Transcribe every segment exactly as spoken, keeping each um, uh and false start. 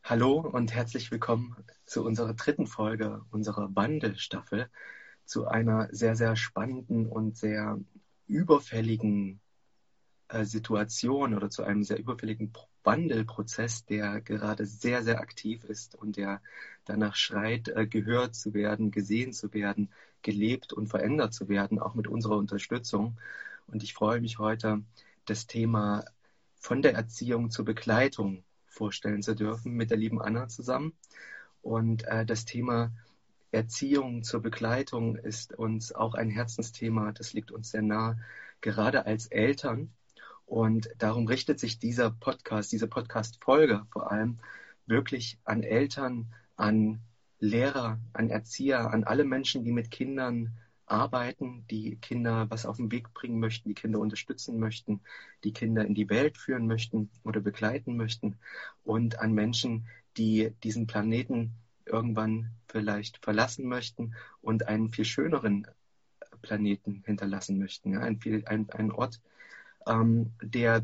Hallo und herzlich willkommen zu unserer dritten Folge unserer Wandelstaffel, zu einer sehr, sehr spannenden und sehr überfälligen äh, Situation oder zu einem sehr überfälligen Pro- Wandelprozess, der gerade sehr, sehr aktiv ist und der danach schreit, äh, gehört zu werden, gesehen zu werden, gelebt und verändert zu werden, auch mit unserer Unterstützung. Und ich freue mich heute, das Thema von der Erziehung zur Begleitung vorstellen zu dürfen mit der lieben Anna zusammen. Und äh, das Thema Erziehung zur Begleitung ist uns auch ein Herzensthema. Das liegt uns sehr nah, gerade als Eltern. Und darum richtet sich dieser Podcast, diese Podcast-Folge vor allem wirklich an Eltern, an Lehrer, an Erzieher, an alle Menschen, die mit Kindern arbeiten, die Kinder was auf den Weg bringen möchten, die Kinder unterstützen möchten, die Kinder in die Welt führen möchten oder begleiten möchten und an Menschen, die diesen Planeten irgendwann vielleicht verlassen möchten und einen viel schöneren Planeten hinterlassen möchten. Ja, ein, viel, ein, ein Ort, ähm, der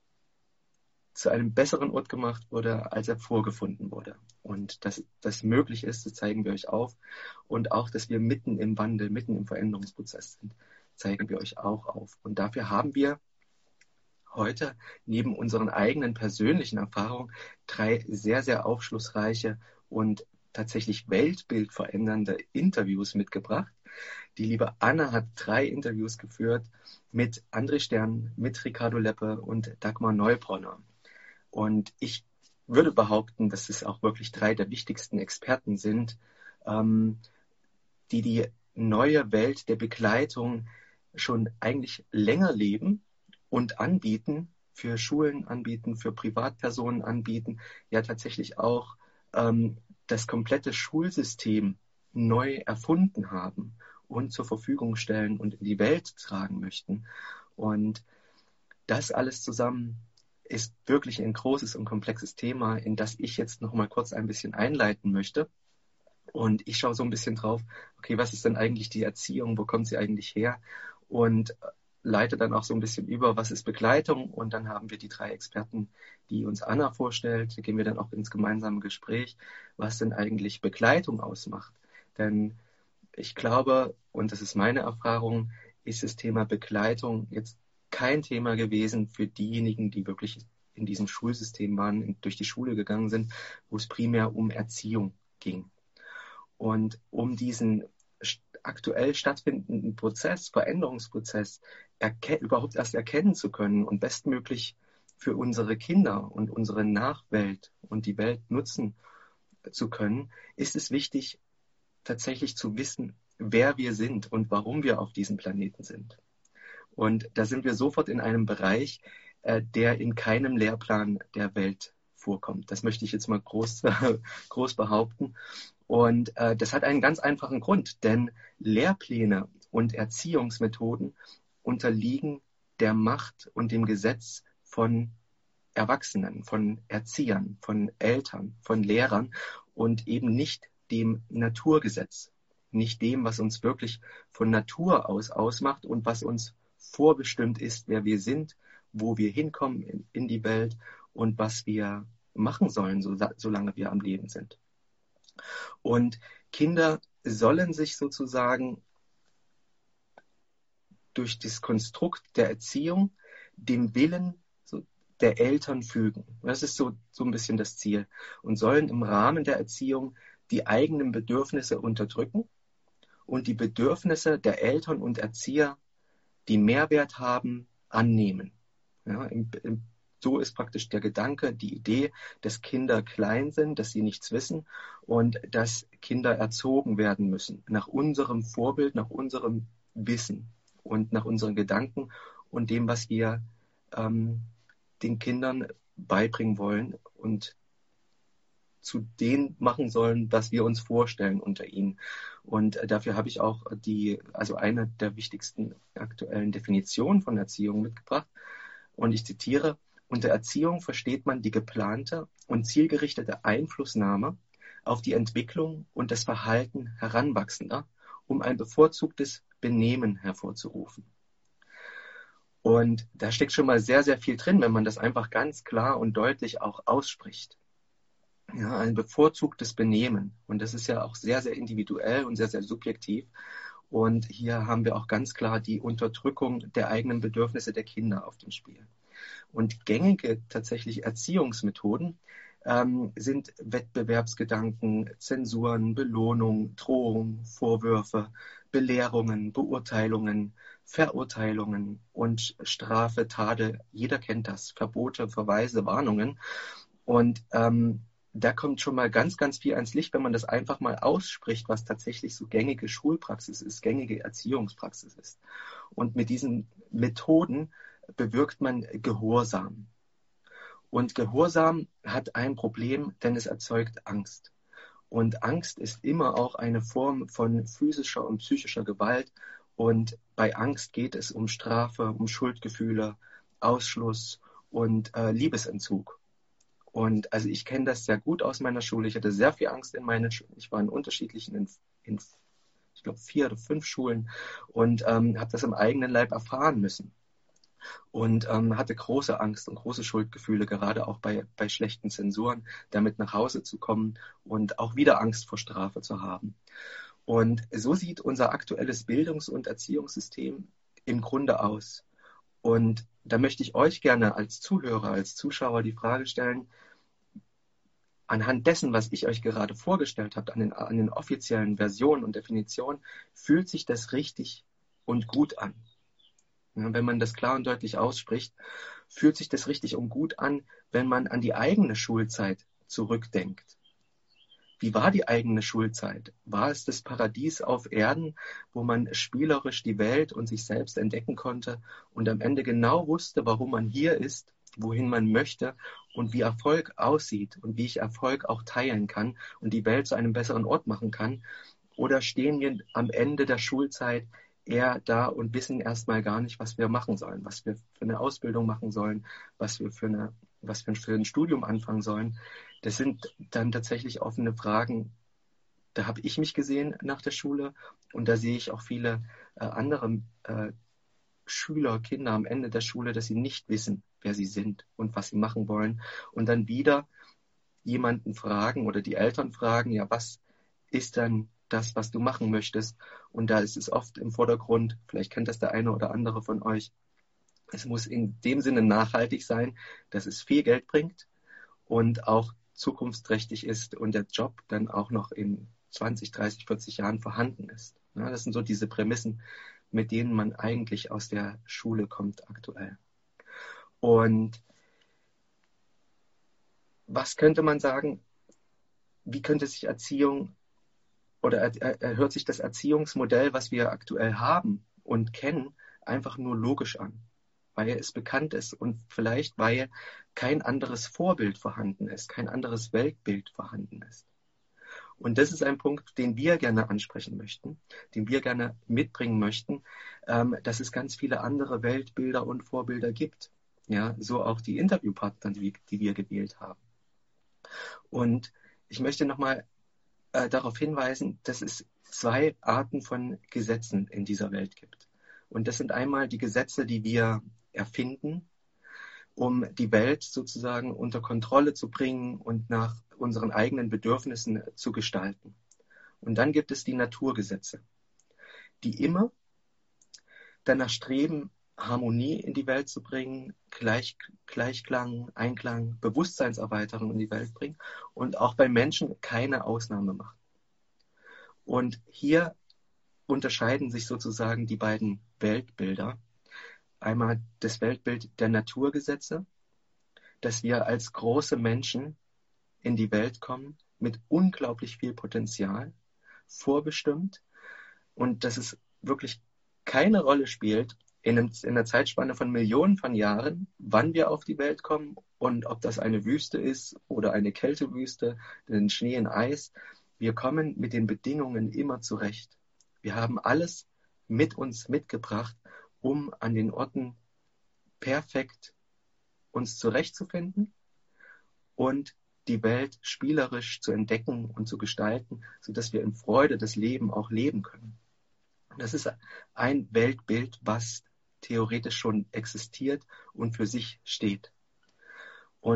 zu einem besseren Ort gemacht wurde, als er vorgefunden wurde. Und dass das möglich ist, das zeigen wir euch auf. Und auch, dass wir mitten im Wandel, mitten im Veränderungsprozess sind, zeigen wir euch auch auf. Und dafür haben wir heute neben unseren eigenen persönlichen Erfahrungen drei sehr, sehr aufschlussreiche und tatsächlich weltbildverändernde Interviews mitgebracht. Die liebe Anna hat drei Interviews geführt mit André Stern, mit Ricardo Leppe und Dagmar Neubronner. Und ich würde behaupten, dass es auch wirklich drei der wichtigsten Experten sind, ähm, die die neue Welt der Begleitung schon eigentlich länger leben und anbieten, für Schulen anbieten, für Privatpersonen anbieten, ja tatsächlich auch ähm, das komplette Schulsystem neu erfunden haben und zur Verfügung stellen und in die Welt tragen möchten. Und das alles zusammen ist wirklich ein großes und komplexes Thema, in das ich jetzt noch mal kurz ein bisschen einleiten möchte. Und ich schaue so ein bisschen drauf, okay, was ist denn eigentlich die Erziehung, wo kommt sie eigentlich her? Und leite dann auch so ein bisschen über, was ist Begleitung? Und dann haben wir die drei Experten, die uns Anna vorstellt. Da gehen wir dann auch ins gemeinsame Gespräch, was denn eigentlich Begleitung ausmacht. Denn ich glaube, und das ist meine Erfahrung, ist das Thema Begleitung jetzt kein Thema gewesen für diejenigen, die wirklich in diesem Schulsystem waren, durch die Schule gegangen sind, wo es primär um Erziehung ging. Und um diesen aktuell stattfindenden Prozess, Veränderungsprozess, erke- überhaupt erst erkennen zu können und bestmöglich für unsere Kinder und unsere Nachwelt und die Welt nutzen zu können, ist es wichtig, tatsächlich zu wissen, wer wir sind und warum wir auf diesem Planeten sind. Und da sind wir sofort in einem Bereich, äh, der in keinem Lehrplan der Welt vorkommt. Das möchte ich jetzt mal groß, groß behaupten. Und äh, das hat einen ganz einfachen Grund, denn Lehrpläne und Erziehungsmethoden unterliegen der Macht und dem Gesetz von Erwachsenen, von Erziehern, von Eltern, von Lehrern und eben nicht dem Naturgesetz, nicht dem, was uns wirklich von Natur aus ausmacht und was uns vorbestimmt ist, wer wir sind, wo wir hinkommen in, in die Welt und was wir machen sollen, so, solange wir am Leben sind. Und Kinder sollen sich sozusagen durch das Konstrukt der Erziehung dem Willen so der Eltern fügen. Das ist so, so ein bisschen das Ziel. Und sollen im Rahmen der Erziehung die eigenen Bedürfnisse unterdrücken und die Bedürfnisse der Eltern und Erzieher, die Mehrwert haben, annehmen. Ja, im, im, so ist praktisch der Gedanke, die Idee, dass Kinder klein sind, dass sie nichts wissen und dass Kinder erzogen werden müssen, nach unserem Vorbild, nach unserem Wissen und nach unseren Gedanken und dem, was wir ähm, den Kindern beibringen wollen und zu denen machen sollen, was wir uns vorstellen unter ihnen. Und äh, dafür habe ich auch die, also eine der wichtigsten aktuellen Definitionen von Erziehung mitgebracht. Und ich zitiere: Unter Erziehung versteht man die geplante und zielgerichtete Einflussnahme auf die Entwicklung und das Verhalten Heranwachsender, um ein bevorzugtes Benehmen hervorzurufen. Und da steckt schon mal sehr, sehr viel drin, wenn man das einfach ganz klar und deutlich auch ausspricht. Ja, ein bevorzugtes Benehmen. Und das ist ja auch sehr, sehr individuell und sehr, sehr subjektiv. Und hier haben wir auch ganz klar die Unterdrückung der eigenen Bedürfnisse der Kinder auf dem Spiel. Und gängige tatsächlich Erziehungsmethoden ähm, sind Wettbewerbsgedanken, Zensuren, Belohnung, Drohung, Vorwürfe, Belehrungen, Beurteilungen, Verurteilungen und Strafe, Tadel. Jeder kennt das. Verbote, Verweise, Warnungen. Und ähm, da kommt schon mal ganz, ganz viel ans Licht, wenn man das einfach mal ausspricht, was tatsächlich so gängige Schulpraxis ist, gängige Erziehungspraxis ist. Und mit diesen Methoden bewirkt man Gehorsam. Und Gehorsam hat ein Problem, denn es erzeugt Angst. Und Angst ist immer auch eine Form von physischer und psychischer Gewalt. Und bei Angst geht es um Strafe, um Schuldgefühle, Ausschluss und äh, Liebesentzug. Und also ich kenne das sehr gut aus meiner Schule. Ich hatte sehr viel Angst in meinen Schulen. Ich war in unterschiedlichen, in, in ich glaube, vier oder fünf Schulen und ähm, habe das im eigenen Leib erfahren müssen. Und ähm, hatte große Angst und große Schuldgefühle, gerade auch bei, bei schlechten Zensuren, damit nach Hause zu kommen und auch wieder Angst vor Strafe zu haben. Und so sieht unser aktuelles Bildungs- und Erziehungssystem im Grunde aus. Und da möchte ich euch gerne als Zuhörer, als Zuschauer die Frage stellen, anhand dessen, was ich euch gerade vorgestellt habe, an den, an den offiziellen Versionen und Definitionen, fühlt sich das richtig und gut an. Ja, wenn man das klar und deutlich ausspricht, fühlt sich das richtig und gut an, wenn man an die eigene Schulzeit zurückdenkt. Wie war die eigene Schulzeit? War es das Paradies auf Erden, wo man spielerisch die Welt und sich selbst entdecken konnte und am Ende genau wusste, warum man hier ist, wohin man möchte und wie Erfolg aussieht und wie ich Erfolg auch teilen kann und die Welt zu einem besseren Ort machen kann? Oder stehen wir am Ende der Schulzeit eher da und wissen erstmal gar nicht, was wir machen sollen, was wir für eine Ausbildung machen sollen, was wir für, eine, was wir für ein Studium anfangen sollen? Das sind dann tatsächlich offene Fragen. Da habe ich mich gesehen nach der Schule und da sehe ich auch viele äh, andere äh, Schüler, Kinder am Ende der Schule, dass sie nicht wissen, wer sie sind und was sie machen wollen und dann wieder jemanden fragen oder die Eltern fragen, ja, was ist dann das, was du machen möchtest? Und da ist es oft im Vordergrund, vielleicht kennt das der eine oder andere von euch, es muss in dem Sinne nachhaltig sein, dass es viel Geld bringt und auch zukunftsträchtig ist und der Job dann auch noch in zwanzig, dreißig, vierzig Jahren vorhanden ist. Ja, das sind so diese Prämissen, mit denen man eigentlich aus der Schule kommt aktuell. Und was könnte man sagen, wie könnte sich Erziehung oder er, er hört sich das Erziehungsmodell, was wir aktuell haben und kennen, einfach nur logisch an, weil es bekannt ist und vielleicht weil kein anderes Vorbild vorhanden ist, kein anderes Weltbild vorhanden ist. Und das ist ein Punkt, den wir gerne ansprechen möchten, den wir gerne mitbringen möchten, ähm, dass es ganz viele andere Weltbilder und Vorbilder gibt. Ja, so auch die Interviewpartner, die, die wir gewählt haben. Und ich möchte nochmal äh, darauf hinweisen, dass es zwei Arten von Gesetzen in dieser Welt gibt. Und das sind einmal die Gesetze, die wir erfinden, um die Welt sozusagen unter Kontrolle zu bringen und nach unseren eigenen Bedürfnissen zu gestalten. Und dann gibt es die Naturgesetze, die immer danach streben, Harmonie in die Welt zu bringen, Gleich, Gleichklang, Einklang, Bewusstseinserweiterung in die Welt bringen und auch bei Menschen keine Ausnahme machen. Und hier unterscheiden sich sozusagen die beiden Weltbilder. Einmal das Weltbild der Naturgesetze, dass wir als große Menschen in die Welt kommen mit unglaublich viel Potenzial, vorbestimmt und dass es wirklich keine Rolle spielt in, einem, in einer Zeitspanne von Millionen von Jahren, wann wir auf die Welt kommen und ob das eine Wüste ist oder eine Kältewüste, den Schnee und Eis. Wir kommen mit den Bedingungen immer zurecht. Wir haben alles mit uns mitgebracht, um an den Orten perfekt uns zurechtzufinden und die Welt spielerisch zu entdecken und zu gestalten, sodass wir in Freude das Leben auch leben können. Das ist ein Weltbild, was theoretisch schon existiert und für sich steht. Und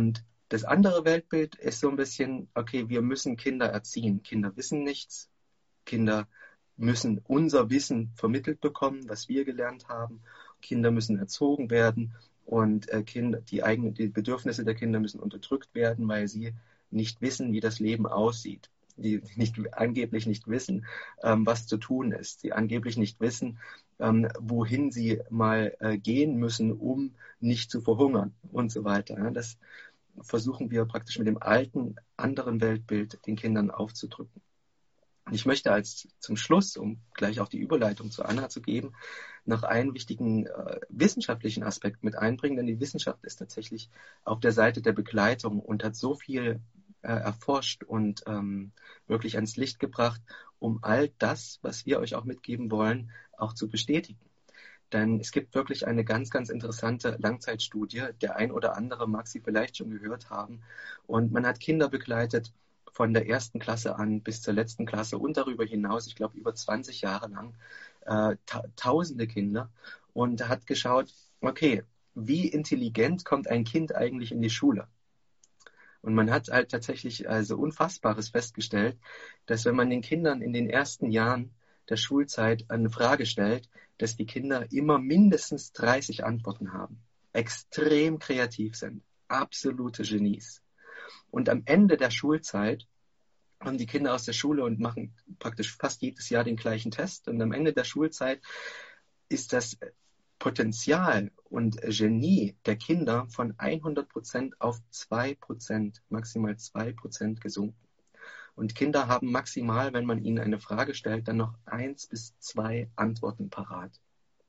Das andere Weltbild ist so ein bisschen, okay, wir müssen Kinder erziehen. Kinder wissen nichts. Kinder müssen unser Wissen vermittelt bekommen, was wir gelernt haben. Kinder müssen erzogen werden und äh, Kinder, die eigenen, die Bedürfnisse der Kinder müssen unterdrückt werden, weil sie nicht wissen, wie das Leben aussieht. Die nicht, angeblich nicht wissen, ähm, was zu tun ist. Die angeblich nicht wissen, ähm, wohin sie mal äh, gehen müssen, um nicht zu verhungern und so weiter. Ja, das versuchen wir praktisch mit dem alten, anderen Weltbild den Kindern aufzudrücken. Und ich möchte als zum Schluss, um gleich auch die Überleitung zu Anna zu geben, noch einen wichtigen äh, wissenschaftlichen Aspekt mit einbringen, denn die Wissenschaft ist tatsächlich auf der Seite der Begleitung und hat so viel äh, erforscht und ähm, wirklich ans Licht gebracht, um all das, was wir euch auch mitgeben wollen, auch zu bestätigen. Denn es gibt wirklich eine ganz, ganz interessante Langzeitstudie. Der ein oder andere mag sie vielleicht schon gehört haben. Und man hat Kinder begleitet von der ersten Klasse an bis zur letzten Klasse und darüber hinaus, ich glaube über zwanzig Jahre lang, äh, ta- tausende Kinder und hat geschaut, okay, wie intelligent kommt ein Kind eigentlich in die Schule? Und man hat halt tatsächlich also Unfassbares festgestellt, dass wenn man den Kindern in den ersten Jahren der Schulzeit eine Frage stellt, dass die Kinder immer mindestens dreißig Antworten haben, extrem kreativ sind, absolute Genies. Und am Ende der Schulzeit kommen die Kinder aus der Schule und machen praktisch fast jedes Jahr den gleichen Test. Und am Ende der Schulzeit ist das Potenzial und Genie der Kinder von hundert Prozent auf zwei Prozent, maximal zwei Prozent gesunken. Und Kinder haben maximal, wenn man ihnen eine Frage stellt, dann noch eins bis zwei Antworten parat.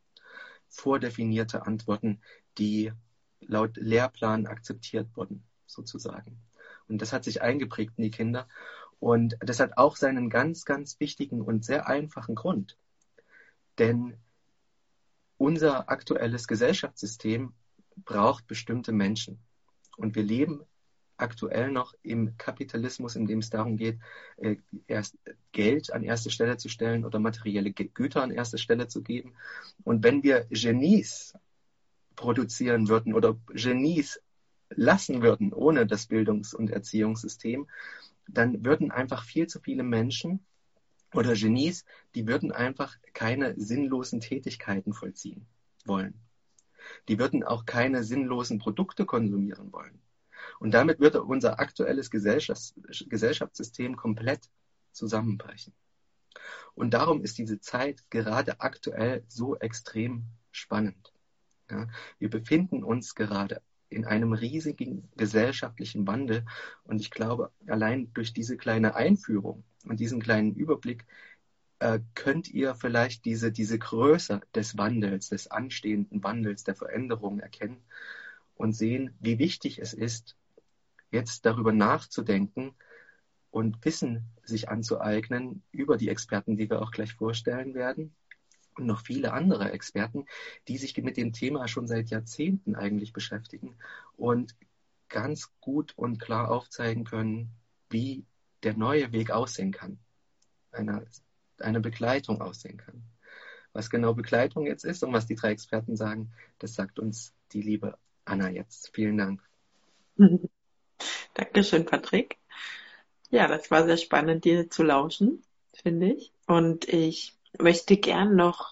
Vordefinierte Antworten, die laut Lehrplan akzeptiert wurden, sozusagen. Und das hat sich eingeprägt in die Kinder. Und das hat auch seinen ganz, ganz wichtigen und sehr einfachen Grund. Denn unser aktuelles Gesellschaftssystem braucht bestimmte Menschen. Und wir leben aktuell noch im Kapitalismus, in dem es darum geht, erst Geld an erste Stelle zu stellen oder materielle Güter an erste Stelle zu geben. Und wenn wir Genies produzieren würden oder Genies lassen würden ohne das Bildungs- und Erziehungssystem, dann würden einfach viel zu viele Menschen oder Genies, die würden einfach keine sinnlosen Tätigkeiten vollziehen wollen. Die würden auch keine sinnlosen Produkte konsumieren wollen. Und damit würde unser aktuelles Gesellschafts- Gesellschaftssystem komplett zusammenbrechen. Und darum ist diese Zeit gerade aktuell so extrem spannend. Ja, wir befinden uns gerade in einem riesigen gesellschaftlichen Wandel. Und ich glaube, allein durch diese kleine Einführung und diesen kleinen Überblick äh, könnt ihr vielleicht diese, diese Größe des Wandels, des anstehenden Wandels, der Veränderung erkennen und sehen, wie wichtig es ist, jetzt darüber nachzudenken und Wissen sich anzueignen über die Experten, die wir auch gleich vorstellen werden. Und noch viele andere Experten, die sich mit dem Thema schon seit Jahrzehnten eigentlich beschäftigen und ganz gut und klar aufzeigen können, wie der neue Weg aussehen kann, eine, eine Begleitung aussehen kann. Was genau Begleitung jetzt ist und was die drei Experten sagen, das sagt uns die liebe Anna jetzt. Vielen Dank. Dankeschön, Patrick. Ja, das war sehr spannend, dir zu lauschen, finde ich. Und ich möchte gern noch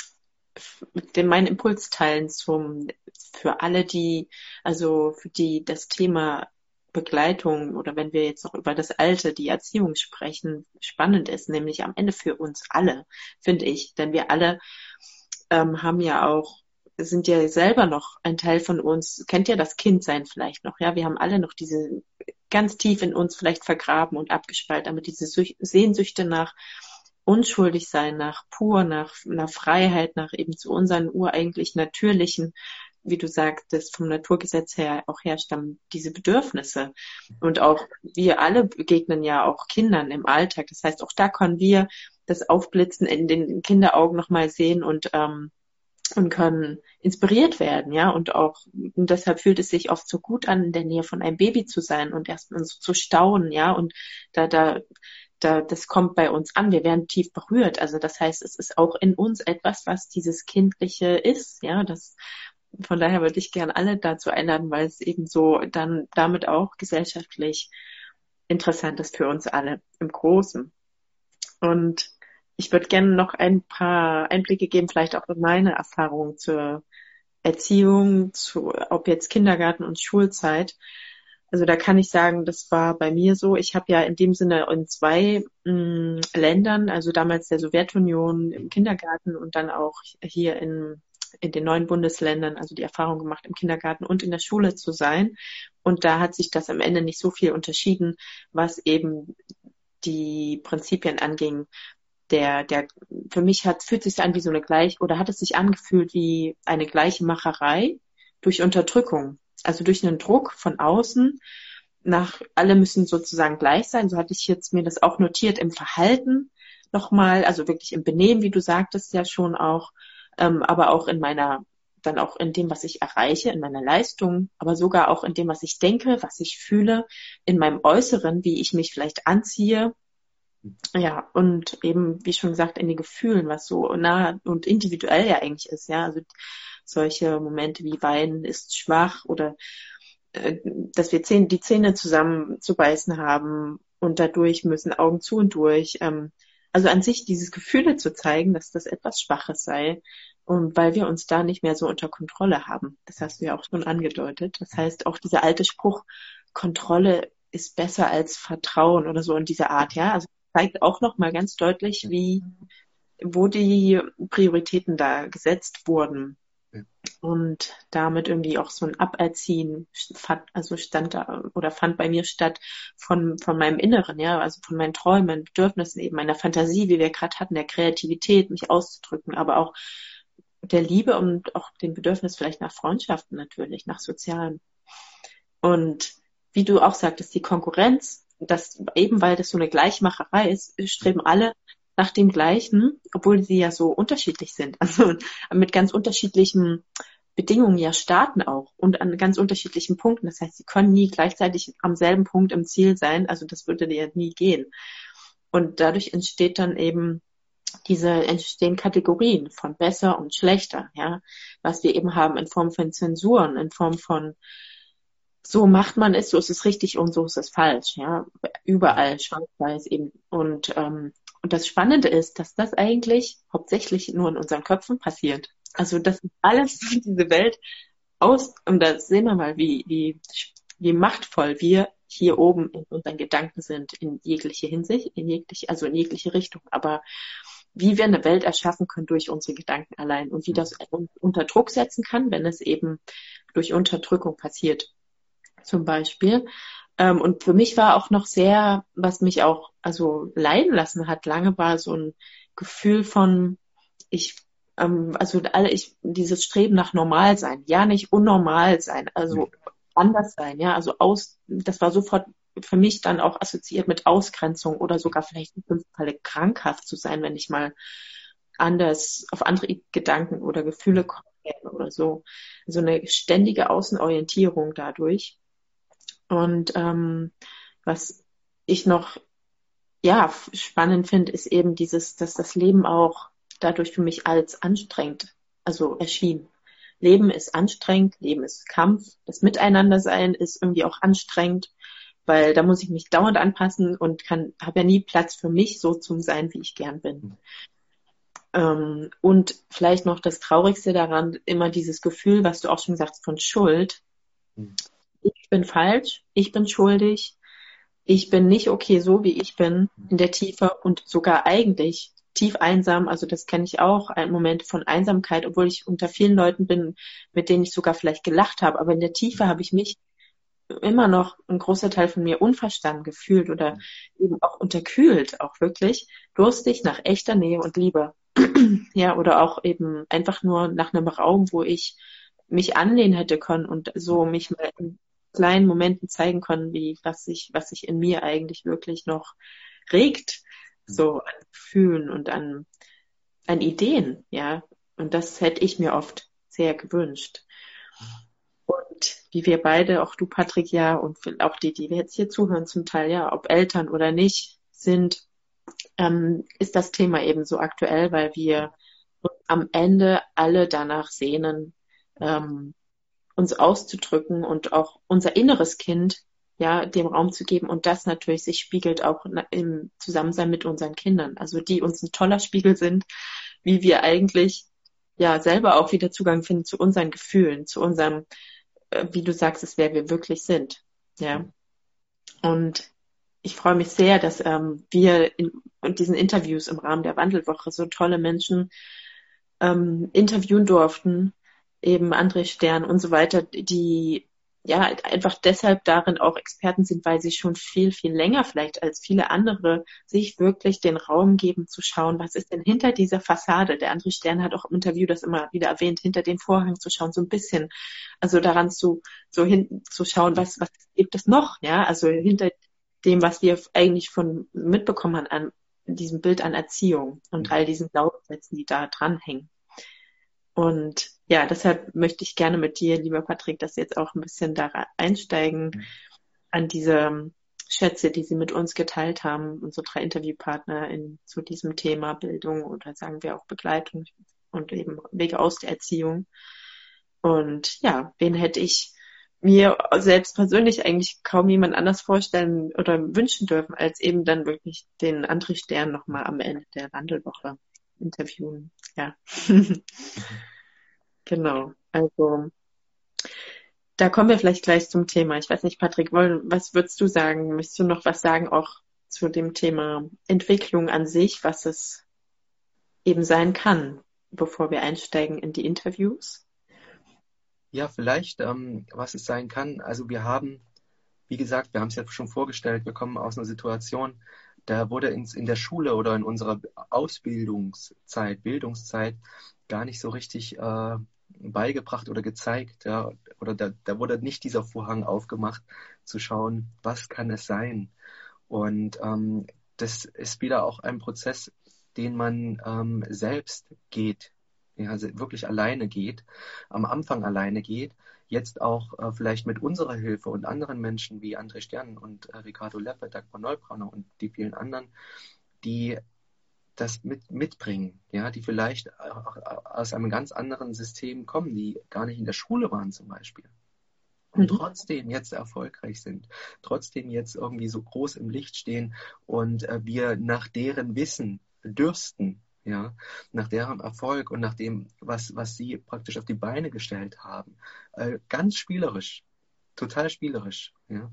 den, meinen Impuls teilen zum, für alle, die, also für die das Thema Begleitung oder wenn wir jetzt noch über das Alte, die Erziehung sprechen, spannend ist, nämlich am Ende für uns alle, finde ich. Denn wir alle ähm, haben ja auch, sind ja selber noch ein Teil von uns, kennt ja das Kindsein vielleicht noch, ja, wir haben alle noch diese ganz tief in uns vielleicht vergraben und abgespalten, aber diese Sehnsüchte nach unschuldig sein, nach pur, nach, nach Freiheit, nach eben zu unseren ureigentlich natürlichen, wie du sagtest, vom Naturgesetz her auch herstammen, diese Bedürfnisse. Und auch wir alle begegnen ja auch Kindern im Alltag. Das heißt, auch da können wir das Aufblitzen in den Kinderaugen nochmal sehen und ähm, und können inspiriert werden, ja, und auch, und deshalb fühlt es sich oft so gut an, in der Nähe von einem Baby zu sein und erstmal so zu staunen, ja, und da, da, da, das kommt bei uns an, wir werden tief berührt, also das heißt, es ist auch in uns etwas, was dieses Kindliche ist, ja, das, von daher würde ich gern alle dazu einladen, weil es eben so dann damit auch gesellschaftlich interessant ist für uns alle im Großen. Und ich würde gerne noch ein paar Einblicke geben, vielleicht auch in meine Erfahrungen zur Erziehung, zu, ob jetzt Kindergarten und Schulzeit. Also da kann ich sagen, das war bei mir so. Ich habe ja in dem Sinne in zwei mh, Ländern, also damals der Sowjetunion im Kindergarten und dann auch hier in, in den neuen Bundesländern, also die Erfahrung gemacht, im Kindergarten und in der Schule zu sein. Und da hat sich das am Ende nicht so viel unterschieden, was eben die Prinzipien anging. Der, der, für mich hat, fühlt sich an wie so eine gleich, oder hat es sich angefühlt wie eine Gleichmacherei durch Unterdrückung. Also durch einen Druck von außen nach, alle müssen sozusagen gleich sein. So hatte ich jetzt mir das auch notiert im Verhalten nochmal, also wirklich im Benehmen, wie du sagtest ja schon auch, ähm, aber auch in meiner, dann auch in dem, was ich erreiche, in meiner Leistung, aber sogar auch in dem, was ich denke, was ich fühle, in meinem Äußeren, wie ich mich vielleicht anziehe. Ja, und eben, wie schon gesagt, in den Gefühlen, was so nah und individuell ja eigentlich ist, ja, also solche Momente wie Weinen ist schwach oder äh, dass wir Zähne, die Zähne zusammen zu beißen haben und dadurch müssen Augen zu und durch. Ähm, also an sich dieses Gefühle zu zeigen, dass das etwas Schwaches sei und weil wir uns da nicht mehr so unter Kontrolle haben. Das hast du ja auch schon angedeutet. Das heißt, auch dieser alte Spruch, Kontrolle ist besser als Vertrauen oder so in dieser Art, ja, also zeigt auch nochmal ganz deutlich, wie, wo die Prioritäten da gesetzt wurden. Und damit irgendwie auch so ein Aberziehen fand, also stand da oder fand bei mir statt von, von meinem Inneren, ja, also von meinen Träumen, Bedürfnissen, eben meiner Fantasie, wie wir gerade hatten, der Kreativität, mich auszudrücken, aber auch der Liebe und auch dem Bedürfnis vielleicht nach Freundschaften natürlich, nach Sozialen. Und wie du auch sagtest, die Konkurrenz, das eben weil das so eine Gleichmacherei ist, streben alle nach dem Gleichen, obwohl sie ja so unterschiedlich sind. Also mit ganz unterschiedlichen Bedingungen ja starten auch und an ganz unterschiedlichen Punkten. Das heißt, sie können nie gleichzeitig am selben Punkt im Ziel sein. Also das würde ja nie gehen. Und dadurch entsteht dann eben diese, entstehen Kategorien von besser und schlechter, ja, was wir eben haben in Form von Zensuren, in Form von so macht man es, so ist es richtig und so ist es falsch, ja, überall schwarz-weiß eben. Und ähm, Und das Spannende ist, dass das eigentlich hauptsächlich nur in unseren Köpfen passiert. Also das ist alles diese Welt aus, und da sehen wir mal, wie, wie, wie machtvoll wir hier oben in unseren Gedanken sind, in jegliche Hinsicht, in jegliche, also in jegliche Richtung. Aber wie wir eine Welt erschaffen können durch unsere Gedanken allein und wie das unter Druck setzen kann, wenn es eben durch Unterdrückung passiert, zum Beispiel. Ähm, und für mich war auch noch sehr, was mich auch also leiden lassen hat, lange war so ein Gefühl von, ich, ähm, also alle, ich, dieses Streben nach normal sein, ja nicht unnormal sein, also anders sein, ja, also aus, das war sofort für mich dann auch assoziiert mit Ausgrenzung oder sogar vielleicht in fünf Falle krankhaft zu sein, wenn ich mal anders auf andere Gedanken oder Gefühle komme oder so. So eine ständige Außenorientierung dadurch. Und ähm, was ich noch ja spannend finde, ist eben dieses, dass das Leben auch dadurch für mich als anstrengend, also erschien. Leben ist anstrengend, Leben ist Kampf, das Miteinandersein ist irgendwie auch anstrengend, weil da muss ich mich dauernd anpassen und kann, habe ja nie Platz für mich, so zu sein, wie ich gern bin. Ähm, und vielleicht noch das Traurigste daran, immer dieses Gefühl, was du auch schon sagst, von Schuld. Mhm. Ich bin falsch, ich bin schuldig, ich bin nicht okay, so wie ich bin, in der Tiefe und sogar eigentlich tief einsam. Also das kenne ich auch, ein Moment von Einsamkeit, obwohl ich unter vielen Leuten bin, mit denen ich sogar vielleicht gelacht habe. Aber in der Tiefe habe ich mich immer noch, ein großer Teil von mir, unverstanden gefühlt oder eben auch unterkühlt, auch wirklich durstig nach echter Nähe und Liebe. Ja, oder auch eben einfach nur nach einem Raum, wo ich mich anlehnen hätte können und so mich mal in kleinen Momenten zeigen können, wie was sich was sich in mir eigentlich wirklich noch regt, so an Gefühlen und an an Ideen, ja. Und das hätte ich mir oft sehr gewünscht. Und wie wir beide, auch du Patrick, ja, und auch die, die wir jetzt hier zuhören zum Teil, ja, ob Eltern oder nicht sind, ähm, ist das Thema eben so aktuell, weil wir uns am Ende alle danach sehnen, ähm, uns auszudrücken und auch unser inneres Kind, ja, dem Raum zu geben und das natürlich sich spiegelt auch im Zusammensein mit unseren Kindern, also die uns ein toller Spiegel sind, wie wir eigentlich ja selber auch wieder Zugang finden zu unseren Gefühlen, zu unserem, äh, wie du sagst, es wer wir wirklich sind, ja. Und ich freue mich sehr, dass ähm, wir in, in diesen Interviews im Rahmen der Wandelwoche so tolle Menschen ähm, interviewen durften, eben André Stern und so weiter, die ja einfach deshalb darin auch Experten sind, weil sie schon viel, viel länger vielleicht als viele andere sich wirklich den Raum geben zu schauen, was ist denn hinter dieser Fassade. Der André Stern hat auch im Interview das immer wieder erwähnt, hinter den Vorhang zu schauen, so ein bisschen, also daran zu, so hinten zu schauen, was, was gibt es noch, ja, also hinter dem, was wir eigentlich von mitbekommen haben an diesem Bild an Erziehung und all diesen Glaubenssätzen, die da dranhängen. Und ja, deshalb möchte ich gerne mit dir, lieber Patrick, dass wir jetzt auch ein bisschen da einsteigen an diese Schätze, die Sie mit uns geteilt haben, unsere drei Interviewpartner in, zu diesem Thema Bildung oder sagen wir auch Begleitung und eben Wege aus der Erziehung. Und ja, wen hätte ich mir selbst persönlich eigentlich kaum jemand anders vorstellen oder wünschen dürfen, als eben dann wirklich den André Stern nochmal am Ende der Wandelwoche interviewen. Ja. Genau. Also da kommen wir vielleicht gleich zum Thema. Ich weiß nicht, Patrick, was würdest du sagen? Möchtest du noch was sagen auch zu dem Thema Entwicklung an sich, was es eben sein kann, bevor wir einsteigen in die Interviews? Ja, vielleicht, ähm, was es sein kann. Also wir haben, wie gesagt, wir haben es ja schon vorgestellt, wir kommen aus einer Situation, da wurde ins, in der Schule oder in unserer Ausbildungszeit, Bildungszeit gar nicht so richtig äh, beigebracht oder gezeigt. Ja, oder da, da wurde nicht dieser Vorhang aufgemacht, zu schauen, was kann es sein. Und ähm, das ist wieder auch ein Prozess, den man ähm, selbst geht, ja, also wirklich alleine geht, am Anfang alleine geht, jetzt auch äh, vielleicht mit unserer Hilfe und anderen Menschen wie André Stern und äh, Ricardo Leppe, Dagmar Neubrauner und die vielen anderen, die das mit, mitbringen, ja, die vielleicht auch aus einem ganz anderen System kommen, die gar nicht in der Schule waren zum Beispiel. Und Mhm. trotzdem jetzt erfolgreich sind, trotzdem jetzt irgendwie so groß im Licht stehen und äh, wir nach deren Wissen dürsten, ja, nach deren Erfolg und nach dem, was, was sie praktisch auf die Beine gestellt haben. Äh, ganz spielerisch, total spielerisch, ja.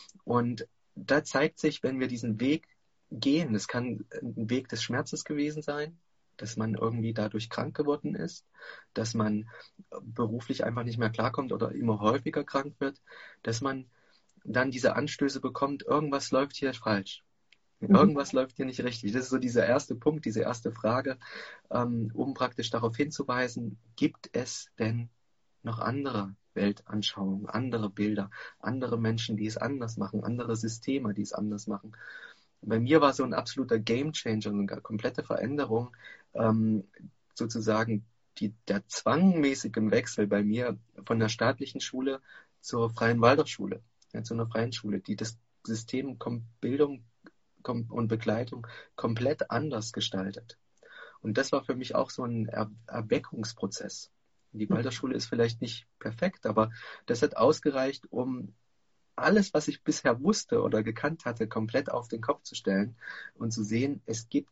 Und da zeigt sich, wenn wir diesen Weg gehen, das kann ein Weg des Schmerzes gewesen sein, dass man irgendwie dadurch krank geworden ist, dass man beruflich einfach nicht mehr klarkommt oder immer häufiger krank wird, dass man dann diese Anstöße bekommt, irgendwas läuft hier falsch. Irgendwas mhm. läuft hier nicht richtig. Das ist so dieser erste Punkt, diese erste Frage, ähm, um praktisch darauf hinzuweisen, gibt es denn noch andere Weltanschauungen, andere Bilder, andere Menschen, die es anders machen, andere Systeme, die es anders machen. Bei mir war so ein absoluter Gamechanger, eine komplette Veränderung, ähm, sozusagen die, der zwangmäßige Wechsel bei mir von der staatlichen Schule zur freien Waldorfschule, ja, zu einer freien Schule, die das System Bildung und Begleitung komplett anders gestaltet. Und das war für mich auch so ein er- Erweckungsprozess. Die Waldorfschule ist vielleicht nicht perfekt, aber das hat ausgereicht, um alles, was ich bisher wusste oder gekannt hatte, komplett auf den Kopf zu stellen und zu sehen, es gibt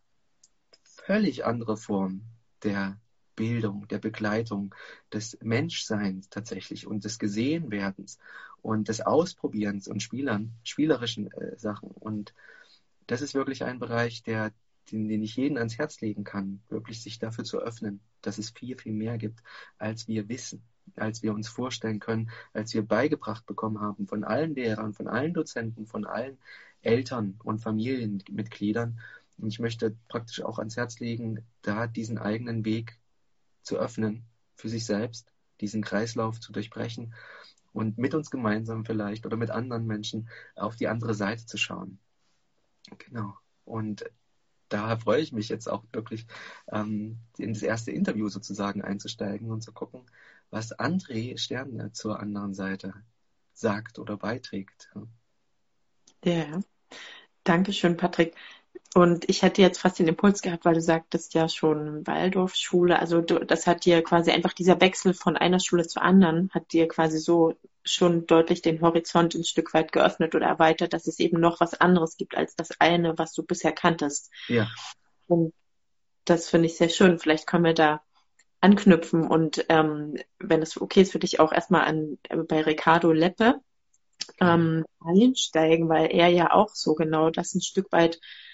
völlig andere Formen der Bildung, der Begleitung, des Menschseins tatsächlich und des Gesehenwerdens und des Ausprobierens und Spielern, spielerischen äh, Sachen. Und das ist wirklich ein Bereich, der, den, den ich jedem ans Herz legen kann, wirklich sich dafür zu öffnen, dass es viel, viel mehr gibt, als wir wissen, als wir uns vorstellen können, als wir beigebracht bekommen haben von allen Lehrern, von allen Dozenten, von allen Eltern und Familienmitgliedern. Und ich möchte praktisch auch ans Herz legen, da diesen eigenen Weg zu öffnen für sich selbst, diesen Kreislauf zu durchbrechen und mit uns gemeinsam vielleicht oder mit anderen Menschen auf die andere Seite zu schauen. Genau. Und daher freue ich mich jetzt auch wirklich, ähm, in das erste Interview sozusagen einzusteigen und zu gucken, was André Stern zur anderen Seite sagt oder beiträgt. Ja, danke schön, Patrick. Und ich hätte jetzt fast den Impuls gehabt, weil du sagtest ja schon Waldorfschule, also du, das hat dir quasi einfach dieser Wechsel von einer Schule zur anderen, hat dir quasi so schon deutlich den Horizont ein Stück weit geöffnet oder erweitert, dass es eben noch was anderes gibt als das eine, was du bisher kanntest. Ja. Und das finde ich sehr schön. Vielleicht können wir da anknüpfen und ähm, wenn es okay ist für dich auch erstmal an äh, bei Ricardo Leppe ähm, einsteigen, weil er ja auch so genau das ein Stück weit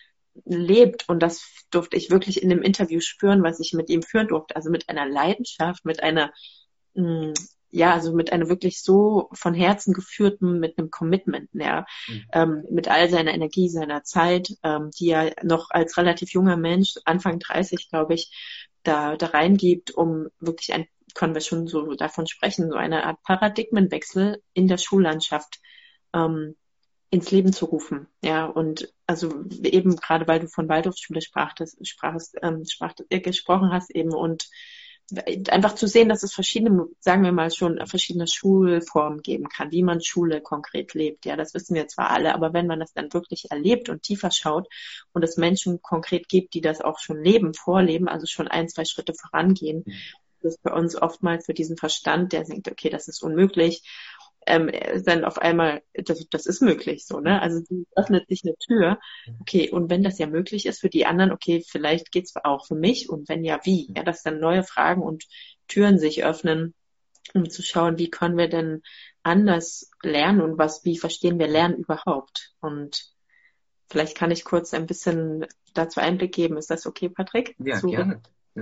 lebt und das durfte ich wirklich in dem Interview spüren, was ich mit ihm führen durfte, also mit einer Leidenschaft, mit einer mh, ja, also mit einer wirklich so von Herzen geführten, mit einem Commitment, ja, mhm. ähm, mit all seiner Energie, seiner Zeit, ähm, die er noch als relativ junger Mensch, Anfang dreißig, glaube ich, da, da reingibt, um wirklich ein, können wir schon so davon sprechen, so eine Art Paradigmenwechsel in der Schullandschaft ähm, ins Leben zu rufen, ja, und also eben gerade, weil du von Waldorfschule sprachtest, sprachst, ähm, sprach, äh, gesprochen hast eben und einfach zu sehen, dass es verschiedene, sagen wir mal schon, verschiedene Schulformen geben kann, wie man Schule konkret lebt. Ja, das wissen wir zwar alle, aber wenn man das dann wirklich erlebt und tiefer schaut und es Menschen konkret gibt, die das auch schon leben, vorleben, also schon ein, zwei Schritte vorangehen, mhm. das ist bei uns oftmals für diesen Verstand, der denkt, okay, das ist unmöglich, ähm, dann auf einmal, das, das ist möglich so, ne? Also öffnet sich eine Tür, okay, und wenn das ja möglich ist für die anderen, okay, vielleicht geht's auch für mich und wenn ja, wie? Ja, dass dann neue Fragen und Türen sich öffnen, um zu schauen, wie können wir denn anders lernen und was, wie verstehen wir Lernen überhaupt? Und vielleicht kann ich kurz ein bisschen dazu Einblick geben. Ist das okay, Patrick? Ja, so, gerne. Ja.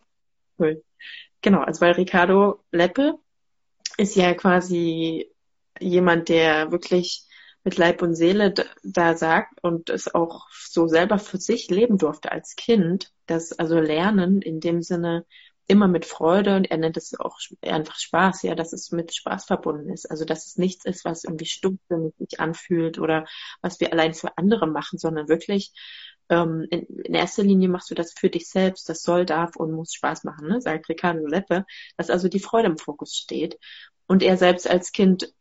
Cool. Genau, also weil Ricardo Leppe ist ja quasi jemand, der wirklich mit Leib und Seele d- da sagt und es auch so selber für sich leben durfte als Kind, dass also Lernen in dem Sinne immer mit Freude, und er nennt es auch einfach Spaß, ja, dass es mit Spaß verbunden ist. Also dass es nichts ist, was irgendwie stumpfsinnig sich anfühlt oder was wir allein für andere machen, sondern wirklich ähm, in, in erster Linie machst du das für dich selbst, das soll, darf und muss Spaß machen, ne? Sagt Ricardo Leppe, dass also die Freude im Fokus steht. Und er selbst als Kind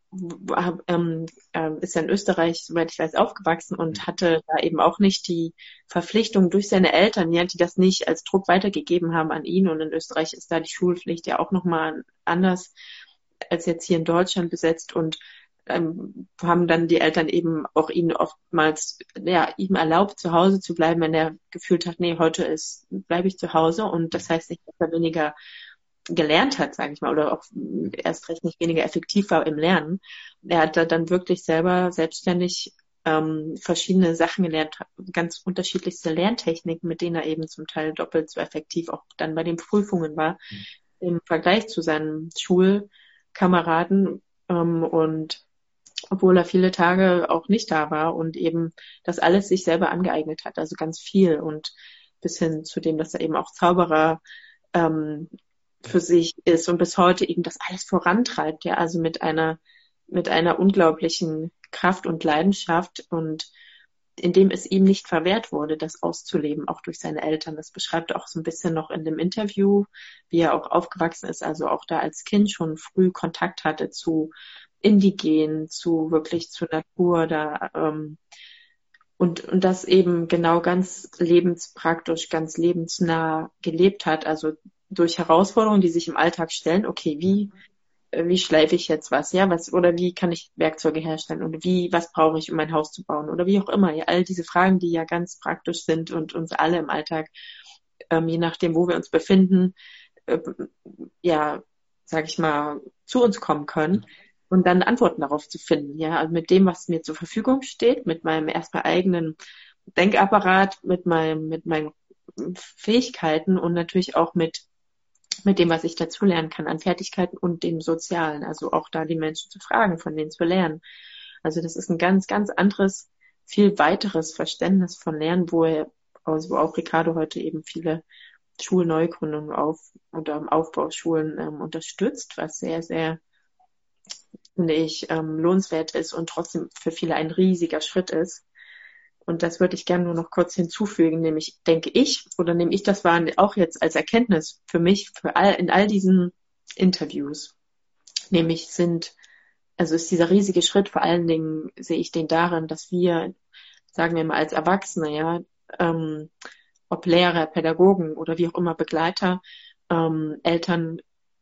ähm, ähm, ist ja in Österreich, soweit ich weiß, aufgewachsen und hatte da eben auch nicht die Verpflichtung durch seine Eltern, ja, die das nicht als Druck weitergegeben haben an ihn. Und in Österreich ist da die Schulpflicht ja auch nochmal anders als jetzt hier in Deutschland besetzt und ähm, haben dann die Eltern eben auch ihn oftmals, ja, ihm erlaubt, zu Hause zu bleiben, wenn er gefühlt hat, nee, heute ist, bleibe ich zu Hause. Und das heißt nicht, dass er weniger gelernt hat, sage ich mal, oder auch erst recht nicht weniger effektiv war im Lernen. Er hat da dann wirklich selber selbstständig ähm, verschiedene Sachen gelernt, ganz unterschiedlichste Lerntechniken, mit denen er eben zum Teil doppelt so effektiv auch dann bei den Prüfungen war, mhm. im Vergleich zu seinen Schulkameraden. Ähm, und obwohl er viele Tage auch nicht da war und eben das alles sich selber angeeignet hat, also ganz viel und bis hin zu dem, dass er eben auch Zauberer ähm, für sich ist und bis heute eben das alles vorantreibt, ja, also mit einer, mit einer unglaublichen Kraft und Leidenschaft und indem es ihm nicht verwehrt wurde, das auszuleben, auch durch seine Eltern. Das beschreibt er auch so ein bisschen noch in dem Interview, wie er auch aufgewachsen ist, also auch da als Kind schon früh Kontakt hatte zu Indigenen, zu wirklich zur Natur, da, ähm, und, und das eben genau ganz lebenspraktisch, ganz lebensnah gelebt hat, also durch Herausforderungen, die sich im Alltag stellen, okay, wie, wie schleife ich jetzt was, ja, was, oder wie kann ich Werkzeuge herstellen und wie, was brauche ich, um mein Haus zu bauen oder wie auch immer, ja, all diese Fragen, die ja ganz praktisch sind und uns alle im Alltag, ähm, je nachdem, wo wir uns befinden, äh, ja, sag ich mal, zu uns kommen können und dann Antworten darauf zu finden, ja, also mit dem, was mir zur Verfügung steht, mit meinem erstmal eigenen Denkapparat, mit meinem, mit meinen Fähigkeiten und natürlich auch mit mit dem, was ich dazu lernen kann an Fertigkeiten und dem Sozialen, also auch da die Menschen zu fragen, von denen zu lernen. Also das ist ein ganz, ganz anderes, viel weiteres Verständnis von Lernen, wo er, also wo auch Ricardo heute eben viele Schulneugründungen auf oder Aufbauschulen ähm, unterstützt, was sehr, sehr, finde ich, ähm, lohnenswert ist und trotzdem für viele ein riesiger Schritt ist. Und das würde ich gerne nur noch kurz hinzufügen, nämlich denke ich, oder nehme ich das wahr, auch jetzt als Erkenntnis für mich, für all, in all diesen Interviews, nämlich sind, also ist dieser riesige Schritt, vor allen Dingen sehe ich den darin, dass wir, sagen wir mal als Erwachsene, ja, ähm, ob Lehrer, Pädagogen oder wie auch immer Begleiter, ähm, Eltern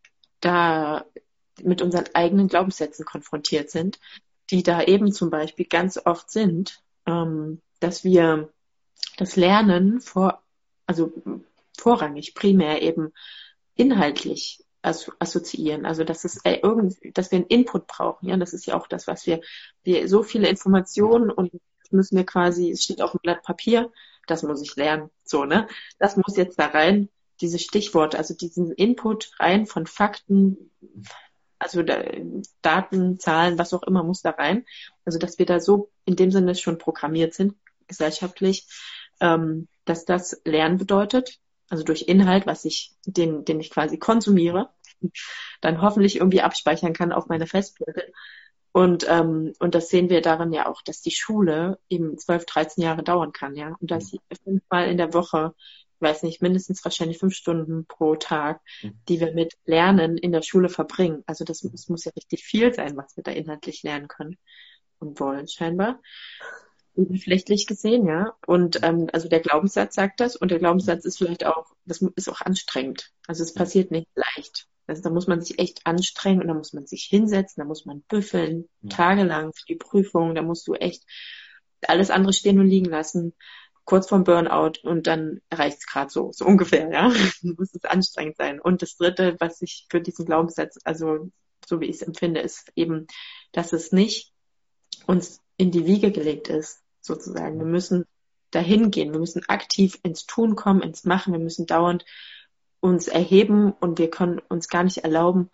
da mit unseren eigenen Glaubenssätzen konfrontiert sind, die da eben zum Beispiel ganz oft sind, ähm, dass wir das Lernen vor, also vorrangig, primär eben inhaltlich as- assoziieren. Also dass es äh, irgendwie, dass wir einen Input brauchen. Ja, das ist ja auch das, was wir, wir so viele Informationen und das müssen wir quasi, es steht auf dem Blatt Papier, das muss ich lernen. So, ne? Das muss jetzt da rein, diese Stichworte, also diesen Input rein von Fakten, also da, Daten, Zahlen, was auch immer muss da rein. Also dass wir da so in dem Sinne schon programmiert sind, gesellschaftlich, ähm, dass das Lernen bedeutet, also durch Inhalt, was ich, den, den ich quasi konsumiere, dann hoffentlich irgendwie abspeichern kann auf meine Festplatte. Und, ähm, und das sehen wir darin ja auch, dass die Schule eben zwölf, dreizehn Jahre dauern kann, ja. Und dass sie fünfmal in der Woche, ich weiß nicht, mindestens wahrscheinlich fünf Stunden pro Tag, die wir mit Lernen in der Schule verbringen. Also das, das muss ja richtig viel sein, was wir da inhaltlich lernen können und wollen, scheinbar. Oberflächlich gesehen, ja. Und ähm, also der Glaubenssatz sagt das und der Glaubenssatz ist vielleicht auch, das ist auch anstrengend. Also es passiert nicht leicht. Also da muss man sich echt anstrengen und da muss man sich hinsetzen, da muss man büffeln, tagelang für die Prüfung, da musst du echt alles andere stehen und liegen lassen, kurz vorm Burnout und dann reicht es gerade so, so ungefähr, ja. Muss es anstrengend sein. Und das Dritte, was ich für diesen Glaubenssatz, also so wie ich es empfinde, ist eben, dass es nicht uns in die Wiege gelegt ist, sozusagen. Wir müssen dahin gehen, wir müssen aktiv ins Tun kommen, ins Machen, wir müssen dauernd uns erheben und wir können uns gar nicht erlauben,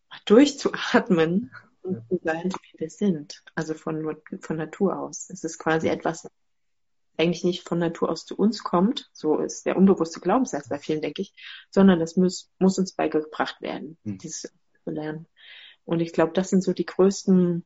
durchzuatmen und zu sein, wie wir sind. Also von, von Natur aus. Es ist quasi etwas, was eigentlich nicht von Natur aus zu uns kommt, so ist der unbewusste Glaubenssatz bei vielen, denke ich, sondern das muss, muss uns beigebracht werden, Hm. dieses zu lernen. Und ich glaube, das sind so die größten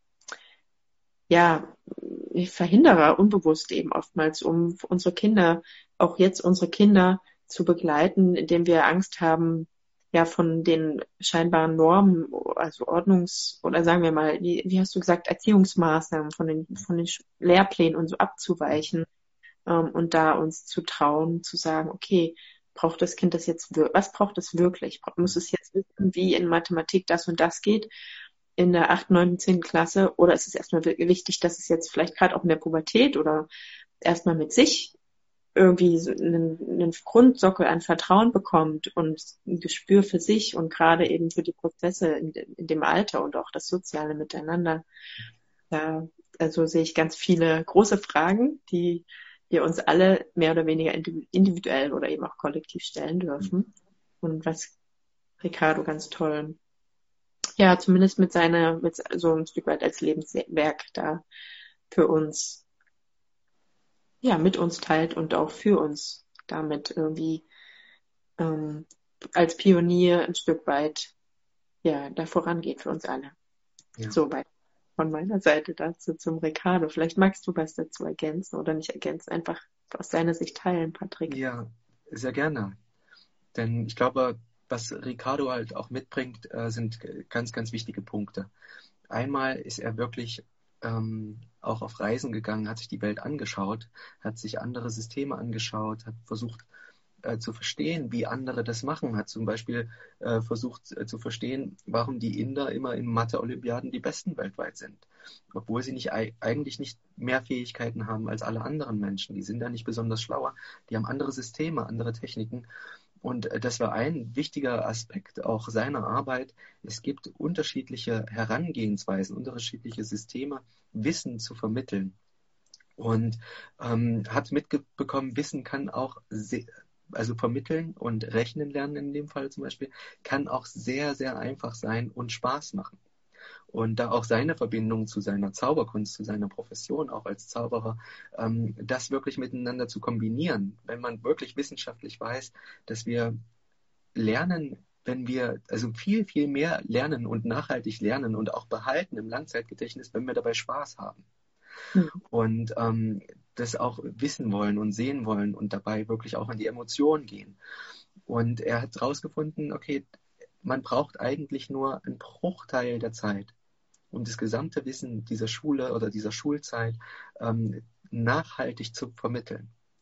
ja, Verhinderer unbewusst eben oftmals, um unsere Kinder, auch jetzt unsere Kinder zu begleiten, indem wir Angst haben, ja, von den scheinbaren Normen, also Ordnungs- oder sagen wir mal, wie, wie hast du gesagt, Erziehungsmaßnahmen von den, von den Lehrplänen und so abzuweichen, ähm, und da uns zu trauen, zu sagen, okay, braucht das Kind das jetzt, wir- was braucht es wirklich? Muss es jetzt wissen, wie in Mathematik das und das geht? In der achten, neunten, zehnten Klasse oder ist es erstmal wichtig, dass es jetzt vielleicht gerade auch in der Pubertät oder erstmal mit sich irgendwie so einen, einen Grundsockel an Vertrauen bekommt und ein Gespür für sich und gerade eben für die Prozesse in, in dem Alter und auch das soziale Miteinander. Da, also sehe ich ganz viele große Fragen, die wir uns alle mehr oder weniger individuell oder eben auch kollektiv stellen dürfen. Und was Ricardo ganz toll ja, zumindest mit seiner, mit so ein Stück weit als Lebenswerk da für uns, ja, mit uns teilt und auch für uns damit irgendwie ähm, als Pionier ein Stück weit, ja, da vorangeht für uns alle. Ja. Soweit von meiner Seite dazu zum Ricardo. Vielleicht magst du was dazu ergänzen oder nicht ergänzen, einfach aus deiner Sicht teilen, Patrick. Ja, sehr gerne. Denn ich glaube, was Ricardo halt auch mitbringt, äh, sind ganz, ganz wichtige Punkte. Einmal ist er wirklich ähm, auch auf Reisen gegangen, hat sich die Welt angeschaut, hat sich andere Systeme angeschaut, hat versucht äh, zu verstehen, wie andere das machen, hat zum Beispiel äh, versucht äh, zu verstehen, warum die Inder immer in Mathe-Olympiaden die Besten weltweit sind, obwohl sie nicht eigentlich nicht mehr Fähigkeiten haben als alle anderen Menschen. Die sind da nicht besonders schlauer, die haben andere Systeme, andere Techniken. Und das war ein wichtiger Aspekt auch seiner Arbeit. Es gibt unterschiedliche Herangehensweisen, unterschiedliche Systeme, Wissen zu vermitteln. Und ähm, hat mitbekommen, Wissen kann auch sehr, also vermitteln und rechnen lernen in dem Fall zum Beispiel, kann auch sehr, sehr einfach sein und Spaß machen. Und da auch seine Verbindung zu seiner Zauberkunst, zu seiner Profession auch als Zauberer, ähm, das wirklich miteinander zu kombinieren, wenn man wirklich wissenschaftlich weiß, dass wir lernen, wenn wir also viel, viel mehr lernen und nachhaltig lernen und auch behalten im Langzeitgedächtnis, wenn wir dabei Spaß haben. Mhm. Und ähm, das auch wissen wollen und sehen wollen und dabei wirklich auch an die Emotionen gehen. Und er hat herausgefunden, okay, man braucht eigentlich nur einen Bruchteil der Zeit, um das gesamte Wissen dieser Schule oder dieser Schulzeit ähm, nachhaltig zu vermitteln.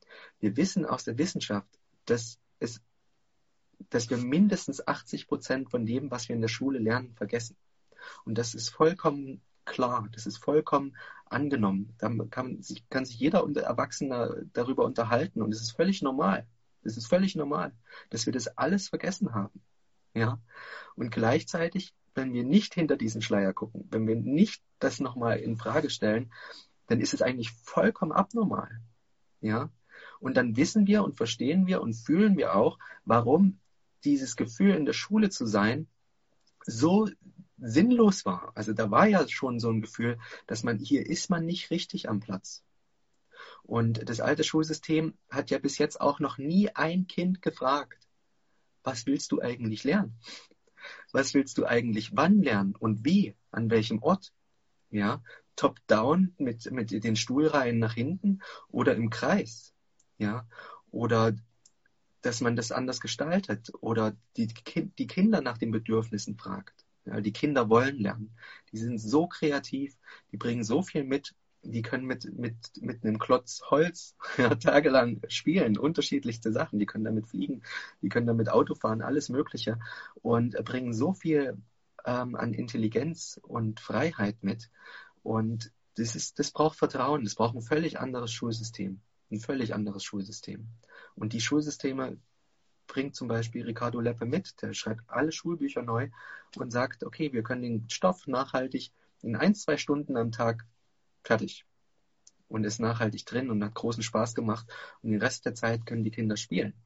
Wir wissen aus der Wissenschaft, dass es, dass wir mindestens achtzig Prozent von dem, was wir in der Schule lernen, vergessen. Und das ist vollkommen klar, das ist vollkommen angenommen. Da kann sich, kann sich jeder Erwachsene darüber unterhalten und es ist völlig normal. Es ist völlig normal, dass wir das alles vergessen haben. Ja? Und gleichzeitig, wenn wir nicht hinter diesen Schleier gucken, wenn wir nicht das nochmal in Frage stellen, dann ist es eigentlich vollkommen abnormal. Ja? Und dann wissen wir und verstehen wir und fühlen wir auch, warum dieses Gefühl, in der Schule zu sein, so sinnlos war. Also da war ja schon so ein Gefühl, dass man, hier ist man nicht richtig am Platz. Und das alte Schulsystem hat ja bis jetzt auch noch nie ein Kind gefragt, was willst du eigentlich lernen? Was willst du eigentlich wann lernen und wie? An welchem Ort? Ja, top-down mit, mit den Stuhlreihen nach hinten oder im Kreis? Ja, oder dass man das anders gestaltet oder die, die Kinder nach den Bedürfnissen fragt. Ja, die Kinder wollen lernen. Die sind so kreativ, die bringen so viel mit, die können mit, mit, mit einem Klotz Holz ja, tagelang spielen, unterschiedlichste Sachen. Die können damit fliegen, die können damit Auto fahren, alles Mögliche und bringen so viel ähm, an Intelligenz und Freiheit mit. Und das ist, das braucht Vertrauen, das braucht ein völlig anderes Schulsystem. Ein völlig anderes Schulsystem. Und die Schulsysteme bringt zum Beispiel Ricardo Leppe mit, der schreibt alle Schulbücher neu und sagt, okay, wir können den Stoff nachhaltig in ein, zwei Stunden am Tag fertig und ist nachhaltig drin und hat großen Spaß gemacht und den Rest der Zeit können die Kinder spielen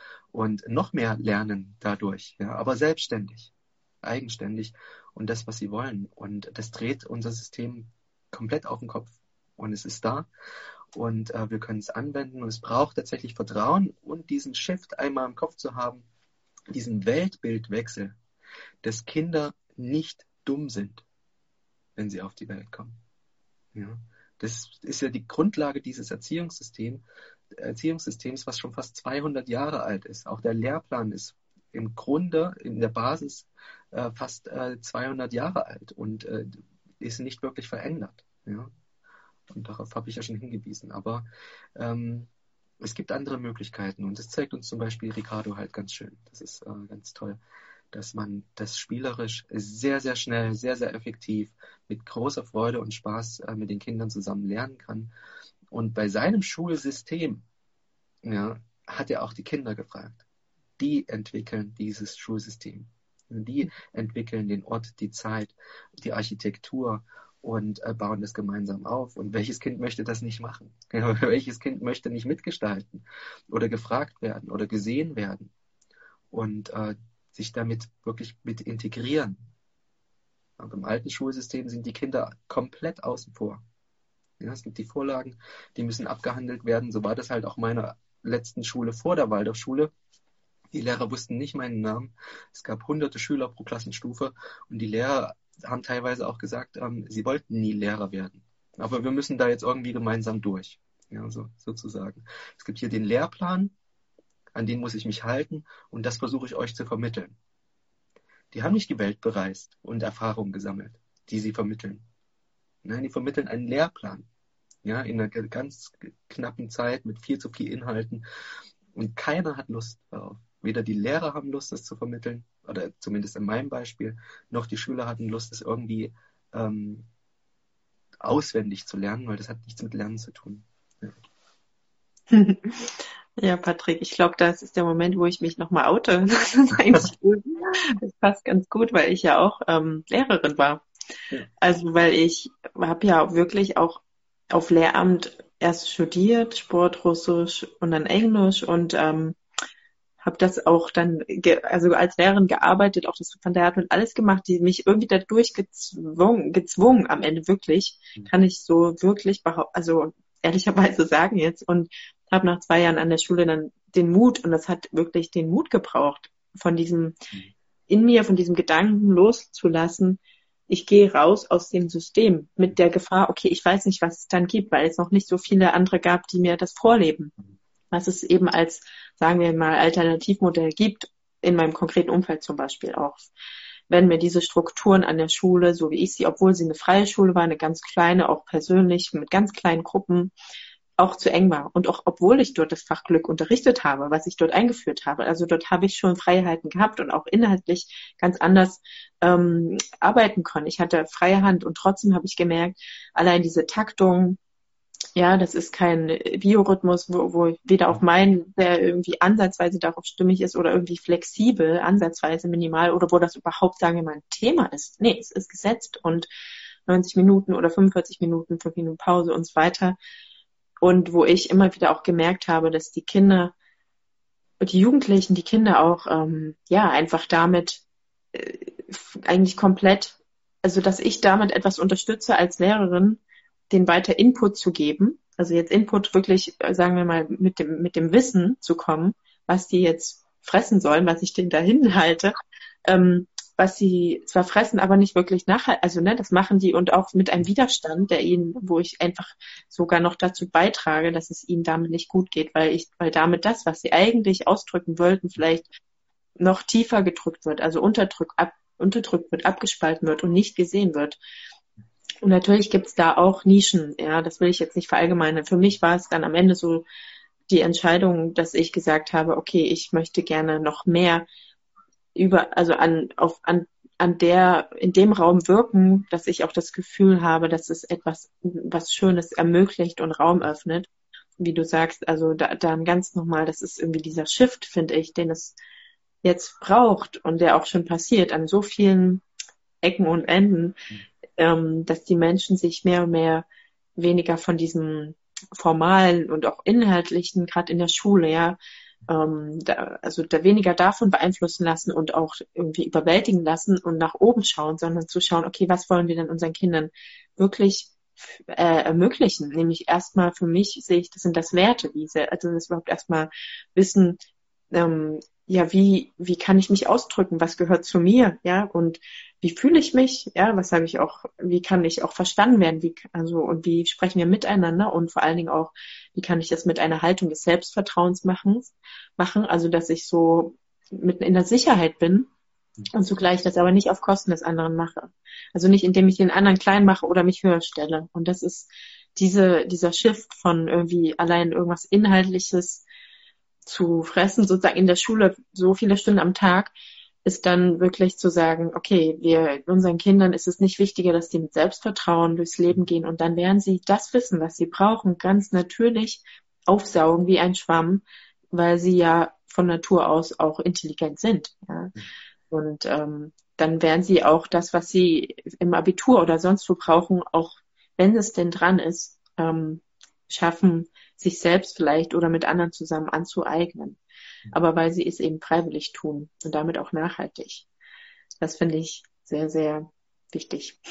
und noch mehr lernen dadurch, ja, aber selbstständig, eigenständig und das, was sie wollen. Und das dreht unser System komplett auf den Kopf und es ist da. Und äh, wir können es anwenden und es braucht tatsächlich Vertrauen und diesen Shift einmal im Kopf zu haben, diesen Weltbildwechsel, dass Kinder nicht dumm sind, wenn sie auf die Welt kommen. Ja? Das ist ja die Grundlage dieses Erziehungssystem, Erziehungssystems, was schon fast zweihundert Jahre alt ist. Auch der Lehrplan ist im Grunde, in der Basis, äh, fast äh, zweihundert Jahre alt und äh, ist nicht wirklich verändert. Ja? Und darauf habe ich ja schon hingewiesen. Aber ähm, es gibt andere Möglichkeiten. Und das zeigt uns zum Beispiel Ricardo halt ganz schön. Das ist äh, ganz toll, dass man das spielerisch sehr, sehr schnell, sehr, sehr effektiv mit großer Freude und Spaß äh, mit den Kindern zusammen lernen kann. Und bei seinem Schulsystem ja, hat er auch die Kinder gefragt. Die entwickeln dieses Schulsystem. Die entwickeln den Ort, die Zeit, die Architektur und äh, bauen das gemeinsam auf. Und welches Kind möchte das nicht machen? Ja, welches Kind möchte nicht mitgestalten oder gefragt werden oder gesehen werden und äh, sich damit wirklich mit integrieren? Aber im alten Schulsystem sind die Kinder komplett außen vor. Ja, es gibt die Vorlagen, die müssen abgehandelt werden. So war das halt auch meiner letzten Schule vor der Waldorfschule. Die Lehrer wussten nicht meinen Namen. Es gab hunderte Schüler pro Klassenstufe und die Lehrer haben teilweise auch gesagt, ähm, sie wollten nie Lehrer werden. Aber wir müssen da jetzt irgendwie gemeinsam durch. Ja, so, sozusagen. Es gibt hier den Lehrplan, an den muss ich mich halten und das versuche ich euch zu vermitteln. Die haben nicht die Welt bereist und Erfahrungen gesammelt, die sie vermitteln. Nein, die vermitteln einen Lehrplan. Ja, in einer ganz knappen Zeit mit viel zu viel Inhalten und keiner hat Lust darauf. Weder die Lehrer haben Lust, das zu vermitteln, oder zumindest in meinem Beispiel, noch die Schüler hatten Lust, das irgendwie ähm, auswendig zu lernen, weil das hat nichts mit Lernen zu tun. Ja, ja Patrick, ich glaube, das ist der Moment, wo ich mich nochmal oute. Das ist eigentlich gut. Das passt ganz gut, weil ich ja auch ähm, Lehrerin war. Ja. Also, weil ich habe ja wirklich auch auf Lehramt erst studiert, Sport, Russisch und dann Englisch und ähm, habe das auch dann, ge- also als Lehrerin gearbeitet, auch das Van der hat mit alles gemacht, die mich irgendwie dadurch gezwungen, gezwungen am Ende wirklich, kann ich so wirklich behaupten, also ehrlicherweise sagen jetzt und habe nach zwei Jahren an der Schule dann den Mut und das hat wirklich den Mut gebraucht, von diesem, in mir, von diesem Gedanken loszulassen, ich gehe raus aus dem System mit der Gefahr, okay, ich weiß nicht, was es dann gibt, weil es noch nicht so viele andere gab, die mir das vorleben. Was es eben als, sagen wir mal, Alternativmodell gibt, in meinem konkreten Umfeld zum Beispiel auch. Wenn mir diese Strukturen an der Schule, so wie ich sie, obwohl sie eine freie Schule war, eine ganz kleine, auch persönlich, mit ganz kleinen Gruppen, auch zu eng war. Und auch obwohl ich dort das Fach Glück unterrichtet habe, was ich dort eingeführt habe, also dort habe ich schon Freiheiten gehabt und auch inhaltlich ganz anders ähm, arbeiten können. Ich hatte freie Hand und trotzdem habe ich gemerkt, allein diese Taktung, ja, das ist kein Biorhythmus, wo, wo weder auf meinen, der irgendwie ansatzweise darauf stimmig ist oder irgendwie flexibel, ansatzweise minimal oder wo das überhaupt, sagen wir mal, ein Thema ist. Nee, es ist gesetzt und neunzig Minuten oder fünfundvierzig Minuten, fünf Minuten Pause und so weiter. Und wo ich immer wieder auch gemerkt habe, dass die Kinder, die Jugendlichen, die Kinder auch, ähm, ja, einfach damit äh, eigentlich komplett, also dass ich damit etwas unterstütze als Lehrerin, den weiter Input zu geben. Also jetzt Input wirklich, sagen wir mal, mit dem, mit dem Wissen zu kommen, was die jetzt fressen sollen, was ich denen dahin halte, ähm, was sie zwar fressen, aber nicht wirklich nachhaltig, also ne, das machen die und auch mit einem Widerstand, der ihnen, wo ich einfach sogar noch dazu beitrage, dass es ihnen damit nicht gut geht, weil ich, weil damit das, was sie eigentlich ausdrücken wollten, vielleicht noch tiefer gedrückt wird, also unterdrückt, ab, unterdrückt wird, abgespalten wird und nicht gesehen wird. Und natürlich gibt's da auch Nischen, ja, das will ich jetzt nicht verallgemeinern. Für mich war es dann am Ende so die Entscheidung, dass ich gesagt habe, okay, ich möchte gerne noch mehr über, also an, auf, an, an der, in dem Raum wirken, dass ich auch das Gefühl habe, dass es etwas, was Schönes ermöglicht und Raum öffnet. Wie du sagst, also da, dann ganz nochmal, das ist irgendwie dieser Shift, finde ich, den es jetzt braucht und der auch schon passiert an so vielen Ecken und Enden, ähm, dass die Menschen sich mehr und mehr weniger von diesem formalen und auch inhaltlichen, gerade in der Schule, ja, ähm, da, also da weniger davon beeinflussen lassen und auch irgendwie überwältigen lassen und nach oben schauen, sondern zu schauen, okay, was wollen wir denn unseren Kindern wirklich äh, ermöglichen? Nämlich erstmal für mich sehe ich, das sind das Werte, wie sie, also das überhaupt erstmal wissen, ähm, ja, wie, wie kann ich mich ausdrücken? Was gehört zu mir? Ja, und wie fühle ich mich? Ja, was habe ich auch, wie kann ich auch verstanden werden? Wie, also, und wie sprechen wir miteinander? Und vor allen Dingen auch, wie kann ich das mit einer Haltung des Selbstvertrauens machen? machen? Also, dass ich so mitten in der Sicherheit bin und zugleich das aber nicht auf Kosten des anderen mache. Also nicht, indem ich den anderen klein mache oder mich höher stelle. Und das ist diese, dieser Shift von irgendwie allein irgendwas Inhaltliches zu fressen, sozusagen in der Schule so viele Stunden am Tag, ist dann wirklich zu sagen, okay, wir, unseren Kindern ist es nicht wichtiger, dass die mit Selbstvertrauen durchs Leben gehen und dann werden sie das Wissen, was sie brauchen, ganz natürlich aufsaugen wie ein Schwamm, weil sie ja von Natur aus auch intelligent sind. Ja. Und ähm, dann werden sie auch das, was sie im Abitur oder sonst wo brauchen, auch wenn es denn dran ist, ähm, schaffen, sich selbst vielleicht oder mit anderen zusammen anzueignen. Aber weil sie es eben freiwillig tun und damit auch nachhaltig. Das finde ich sehr, sehr wichtig.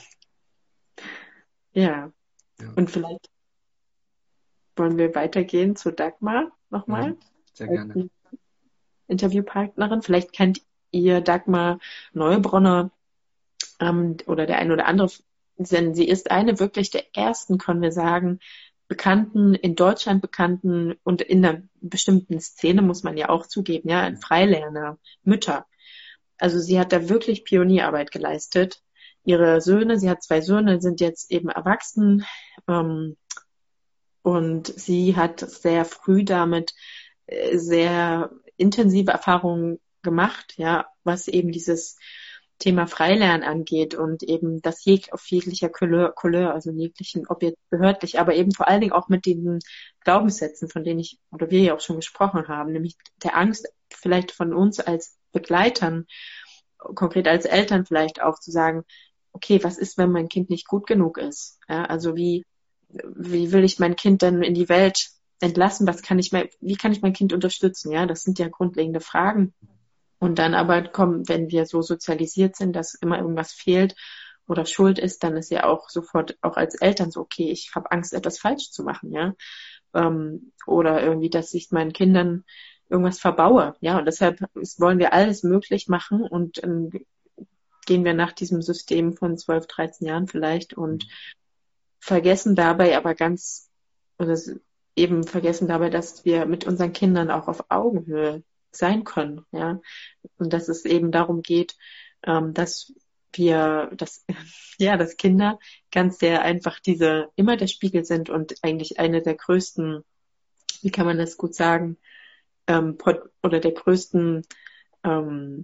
Ja. ja. Und vielleicht wollen wir weitergehen zu Dagmar nochmal. Mhm. Sehr gerne. Interviewpartnerin. Vielleicht kennt ihr Dagmar Neubronner ähm, oder der eine oder andere, denn sie ist eine wirklich der ersten, können wir sagen, bekannten, in Deutschland bekannten und in einer bestimmten Szene, muss man ja auch zugeben, ja, Freilerner, Mütter. Also sie hat da wirklich Pionierarbeit geleistet. Ihre Söhne, sie hat zwei Söhne, sind jetzt eben erwachsen ähm, und sie hat sehr früh damit äh, sehr intensive Erfahrungen gemacht, ja, was eben dieses Thema Freilernen angeht und eben das jeg auf jeglicher Couleur, Couleur, also jeglichen, ob jetzt behördlich, aber eben vor allen Dingen auch mit diesen Glaubenssätzen, von denen ich oder wir ja auch schon gesprochen haben, nämlich der Angst vielleicht von uns als Begleitern, konkret als Eltern vielleicht auch zu sagen, okay, was ist, wenn mein Kind nicht gut genug ist? Ja, also wie, wie will ich mein Kind denn in die Welt entlassen? Was kann ich, wie kann ich mein Kind unterstützen? Ja, das sind ja grundlegende Fragen. Und dann aber kommen, wenn wir so sozialisiert sind, dass immer irgendwas fehlt oder Schuld ist, dann ist ja auch sofort auch als Eltern so, okay, ich habe Angst, etwas falsch zu machen, ja. Ähm, oder irgendwie, dass ich meinen Kindern irgendwas verbaue, ja. Und deshalb wollen wir alles möglich machen und ähm, gehen wir nach diesem System von zwölf, dreizehn Jahren vielleicht und vergessen dabei aber ganz, oder eben vergessen dabei, dass wir mit unseren Kindern auch auf Augenhöhe sein können, ja, und dass es eben darum geht, ähm, dass wir, dass, ja, dass Kinder ganz sehr einfach diese, immer der Spiegel sind und eigentlich eine der größten, wie kann man das gut sagen, ähm, oder der größten ähm,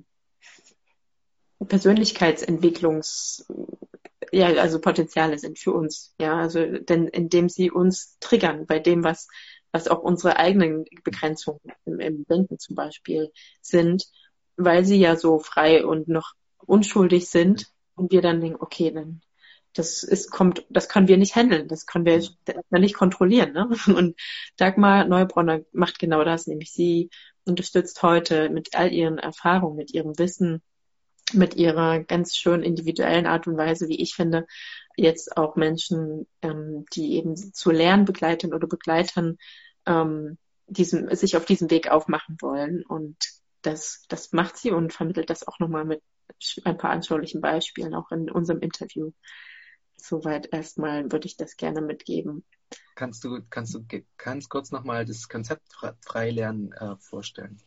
Persönlichkeitsentwicklungs, ja, also Potenziale sind für uns, ja, also denn indem sie uns triggern bei dem, was was auch unsere eigenen Begrenzungen im, im Denken zum Beispiel sind, weil sie ja so frei und noch unschuldig sind und wir dann denken, okay, dann das ist kommt, das können wir nicht handeln, das können wir nicht kontrollieren, ne? Und Dagmar Neubronner macht genau das, nämlich sie unterstützt heute mit all ihren Erfahrungen, mit ihrem Wissen, mit ihrer ganz schön individuellen Art und Weise, wie ich finde, jetzt auch Menschen, ähm, die eben zu Lernbegleitern oder Begleitern ähm, diesen, sich auf diesem Weg aufmachen wollen. Und das, das macht sie und vermittelt das auch nochmal mit ein paar anschaulichen Beispielen, auch in unserem Interview. Soweit erstmal würde ich das gerne mitgeben. Kannst du, kannst du ganz kurz nochmal das Konzept Freilernen äh, vorstellen?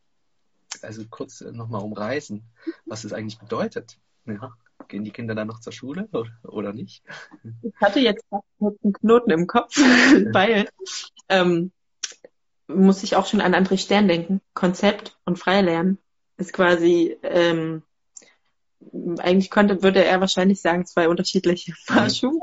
Also kurz nochmal umreißen, was es eigentlich bedeutet. Ja, gehen die Kinder dann noch zur Schule oder, oder nicht? Ich hatte jetzt fast einen Knoten im Kopf, weil ähm, muss ich auch schon an André Stern denken. Konzept und Freilernen ist quasi, ähm, eigentlich könnte, würde er wahrscheinlich sagen, zwei unterschiedliche Paar Schuhe.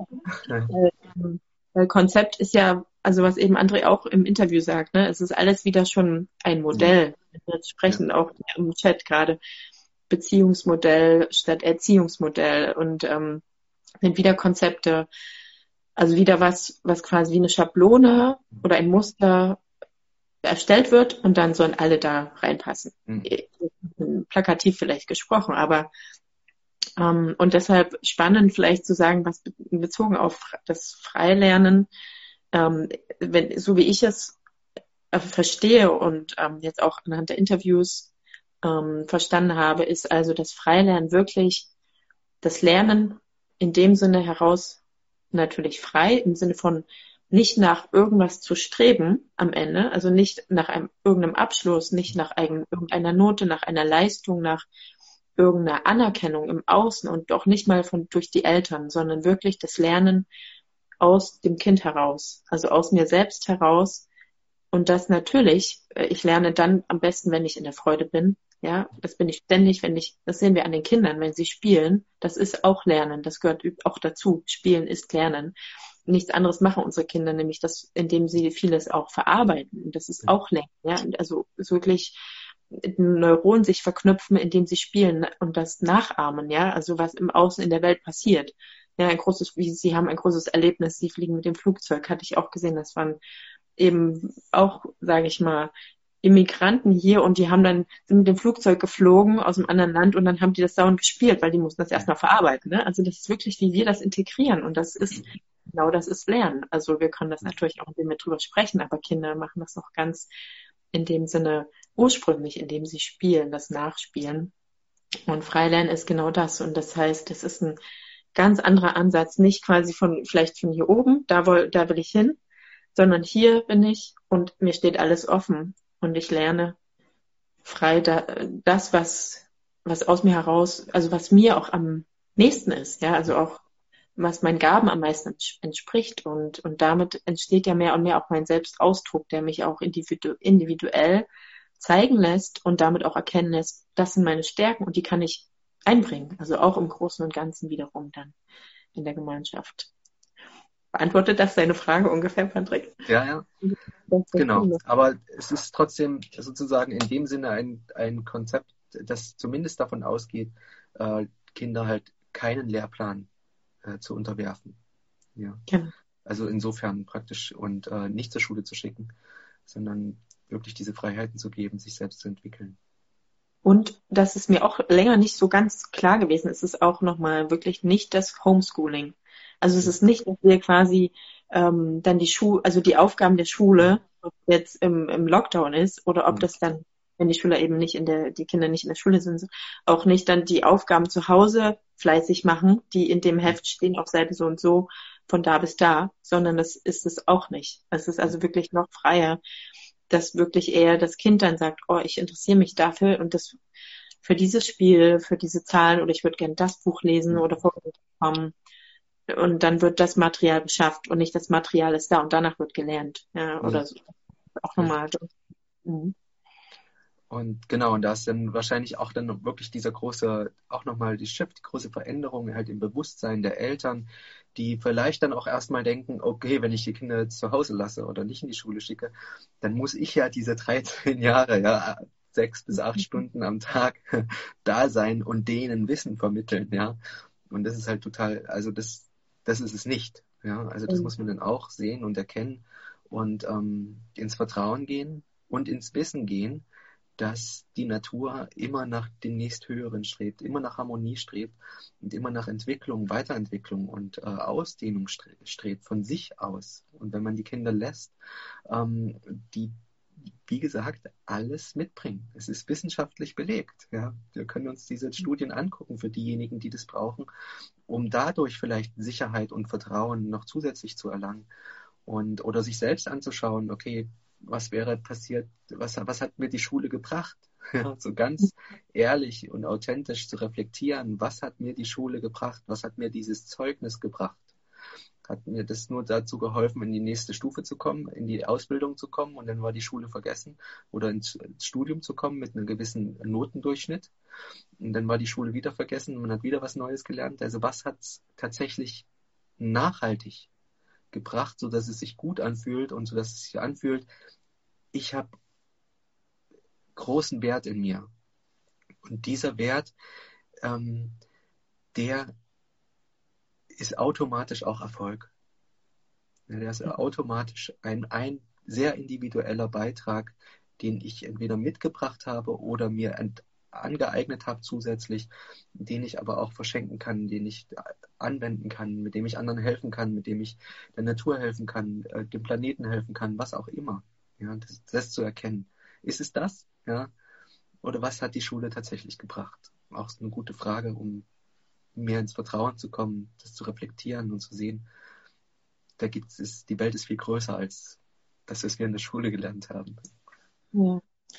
Ähm, weil Konzept ist ja, also was eben André auch im Interview sagt, ne, es ist alles wieder schon ein Modell. Wir sprechen ja auch im Chat gerade Beziehungsmodell statt Erziehungsmodell und ähm, sind wieder Konzepte, also wieder was, was quasi wie eine Schablone oder ein Muster erstellt wird und dann sollen alle da reinpassen. Mhm. Plakativ vielleicht gesprochen, aber ähm, und deshalb spannend vielleicht zu sagen, was bezogen auf das Freilernen, ähm, wenn, so wie ich es äh, verstehe und ähm, jetzt auch anhand der Interviews ähm, verstanden habe, ist also das Freilernen wirklich das Lernen in dem Sinne heraus natürlich frei, im Sinne von nicht nach irgendwas zu streben am Ende, also nicht nach einem irgendeinem Abschluss, nicht nach eigen, irgendeiner Note, nach einer Leistung, nach irgendeiner Anerkennung im Außen und auch nicht mal von durch die Eltern, sondern wirklich das Lernen aus dem Kind heraus, also aus mir selbst heraus. Und das natürlich, ich lerne dann am besten, wenn ich in der Freude bin. Ja, das bin ich ständig, wenn ich, das sehen wir an den Kindern, wenn sie spielen, das ist auch Lernen, das gehört auch dazu. Spielen ist Lernen. Nichts anderes machen unsere Kinder, nämlich das, indem sie vieles auch verarbeiten. Und das ist auch Lernen, ja. Also wirklich Neuronen sich verknüpfen, indem sie spielen und das nachahmen, ja. Also was im Außen in der Welt passiert. Ja, ein großes, wie sie haben ein großes Erlebnis, sie fliegen mit dem Flugzeug, hatte ich auch gesehen, das waren eben auch, sage ich mal, Immigranten hier und die haben dann, sind mit dem Flugzeug geflogen aus einem anderen Land und dann haben die das dauernd gespielt, weil die mussten das erstmal verarbeiten. Ne? Also das ist wirklich, wie wir das integrieren und das ist, genau das ist Lernen. Also wir können das natürlich auch, indem wir drüber sprechen, aber Kinder machen das noch ganz in dem Sinne ursprünglich, indem sie spielen, das Nachspielen. Und Freilernen ist genau das und das heißt, das ist ein ganz anderer Ansatz, nicht quasi von, vielleicht von hier oben, da will, da will ich hin, sondern hier bin ich und mir steht alles offen und ich lerne frei da, das, was, was aus mir heraus, also was mir auch am nächsten ist, ja, also auch, was meinen Gaben am meisten entspricht und, und damit entsteht ja mehr und mehr auch mein Selbstausdruck, der mich auch individu- individuell zeigen lässt und damit auch erkennen lässt, das sind meine Stärken und die kann ich einbringen, also auch im Großen und Ganzen wiederum dann in der Gemeinschaft. Beantwortet das deine Frage ungefähr, Patrick? Ja, ja. Genau. Aber es ist trotzdem sozusagen in dem Sinne ein, ein Konzept, das zumindest davon ausgeht, äh, Kinder halt keinen Lehrplan äh, zu unterwerfen. Ja. Genau. Also insofern praktisch und äh, nicht zur Schule zu schicken, sondern wirklich diese Freiheiten zu geben, sich selbst zu entwickeln. Und das ist mir auch länger nicht so ganz klar gewesen. Es ist auch nochmal wirklich nicht das Homeschooling. Also es ist nicht, dass wir quasi ähm, dann die Schule, also die Aufgaben der Schule, ob jetzt im, im Lockdown ist oder ob das dann, wenn die Schüler eben nicht in der, die Kinder nicht in der Schule sind, auch nicht dann die Aufgaben zu Hause fleißig machen, die in dem Heft stehen auf Seite so und so von da bis da, sondern das ist es auch nicht. Es ist also wirklich noch freier, dass wirklich eher das Kind dann sagt, oh, ich interessiere mich dafür und das für dieses Spiel, für diese Zahlen oder ich würde gerne das Buch lesen oder vorgelesen bekommen. Und dann wird das Material beschafft und nicht das Material ist da und danach wird gelernt. Ja, oder Ja. so. Auch nochmal. Mhm. Und genau, und da ist dann wahrscheinlich auch dann wirklich dieser große, auch nochmal die Shift, die große Veränderung halt im Bewusstsein der Eltern, die vielleicht dann auch erstmal denken, okay, wenn ich die Kinder jetzt zu Hause lasse oder nicht in die Schule schicke, dann muss ich ja diese dreizehn Jahre, ja, sechs bis acht Stunden am Tag da sein und denen Wissen vermitteln, ja. Und das ist halt total, also das, das ist es nicht, ja. Also das muss man dann auch sehen und erkennen und ähm, ins Vertrauen gehen und ins Wissen gehen, dass die Natur immer nach dem nächsthöheren strebt, immer nach Harmonie strebt und immer nach Entwicklung, Weiterentwicklung und äh, Ausdehnung strebt von sich aus. Und wenn man die Kinder lässt, ähm, die, wie gesagt, alles mitbringen. Es ist wissenschaftlich belegt. Ja? Wir können uns diese Studien angucken für diejenigen, die das brauchen, um dadurch vielleicht Sicherheit und Vertrauen noch zusätzlich zu erlangen und oder sich selbst anzuschauen, okay, was wäre passiert, was, was hat mir die Schule gebracht? Ja, so ganz ehrlich und authentisch zu reflektieren, was hat mir die Schule gebracht? Was hat mir dieses Zeugnis gebracht? Hat mir das nur dazu geholfen, in die nächste Stufe zu kommen, in die Ausbildung zu kommen und dann war die Schule vergessen oder ins, ins Studium zu kommen mit einem gewissen Notendurchschnitt und dann war die Schule wieder vergessen und man hat wieder was Neues gelernt. Also was hat es tatsächlich nachhaltig gebracht, so dass es sich gut anfühlt und so dass es sich anfühlt, ich habe großen Wert in mir. Und dieser Wert, ähm, der ist automatisch auch Erfolg. Ja, der ist automatisch ein, ein sehr individueller Beitrag, den ich entweder mitgebracht habe oder mir ent, angeeignet habe zusätzlich, den ich aber auch verschenken kann, den ich anwenden kann, mit dem ich anderen helfen kann, mit dem ich der Natur helfen kann, äh, dem Planeten helfen kann, was auch immer. Ja, das, das zu erkennen. Ist es das? Ja? Oder was hat die Schule tatsächlich gebracht? Auch eine gute Frage, um mehr ins Vertrauen zu kommen, das zu reflektieren und zu sehen, da gibt es, die Welt ist viel größer als das, was wir in der Schule gelernt haben. Ja.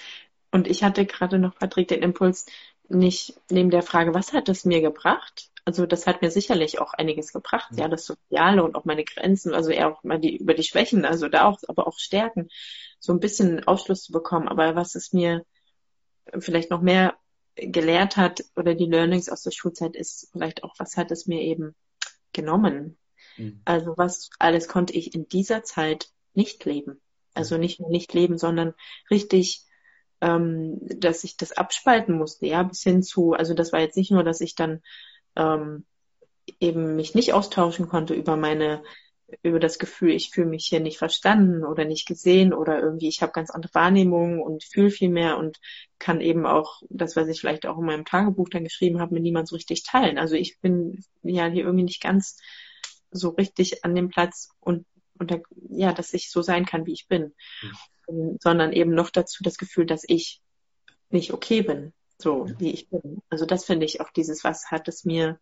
Und ich hatte gerade noch, Patrick, den Impuls, nicht neben der Frage, was hat es mir gebracht? Also das hat mir sicherlich auch einiges gebracht, ja, das Soziale und auch meine Grenzen, also eher auch mal die, über die Schwächen, also da auch, aber auch Stärken, so ein bisschen Aufschluss zu bekommen. Aber was es mir vielleicht noch mehr gelehrt hat oder die Learnings aus der Schulzeit ist vielleicht auch, was hat es mir eben genommen? Mhm. Also was alles konnte ich in dieser Zeit nicht leben. Also nicht nur nicht leben, sondern richtig, ähm, dass ich das abspalten musste, ja, bis hin zu, also das war jetzt nicht nur, dass ich dann ähm, eben mich nicht austauschen konnte über meine, über das Gefühl, ich fühle mich hier nicht verstanden oder nicht gesehen oder irgendwie, ich habe ganz andere Wahrnehmungen und fühle viel mehr und kann eben auch das, was ich vielleicht auch in meinem Tagebuch dann geschrieben habe, mit niemand so richtig teilen. Also ich bin ja hier irgendwie nicht ganz so richtig an dem Platz und, und da, ja, dass ich so sein kann, wie ich bin, mhm. sondern eben noch dazu das Gefühl, dass ich nicht okay bin, so wie ich bin. Also das finde ich auch dieses, was hat es mir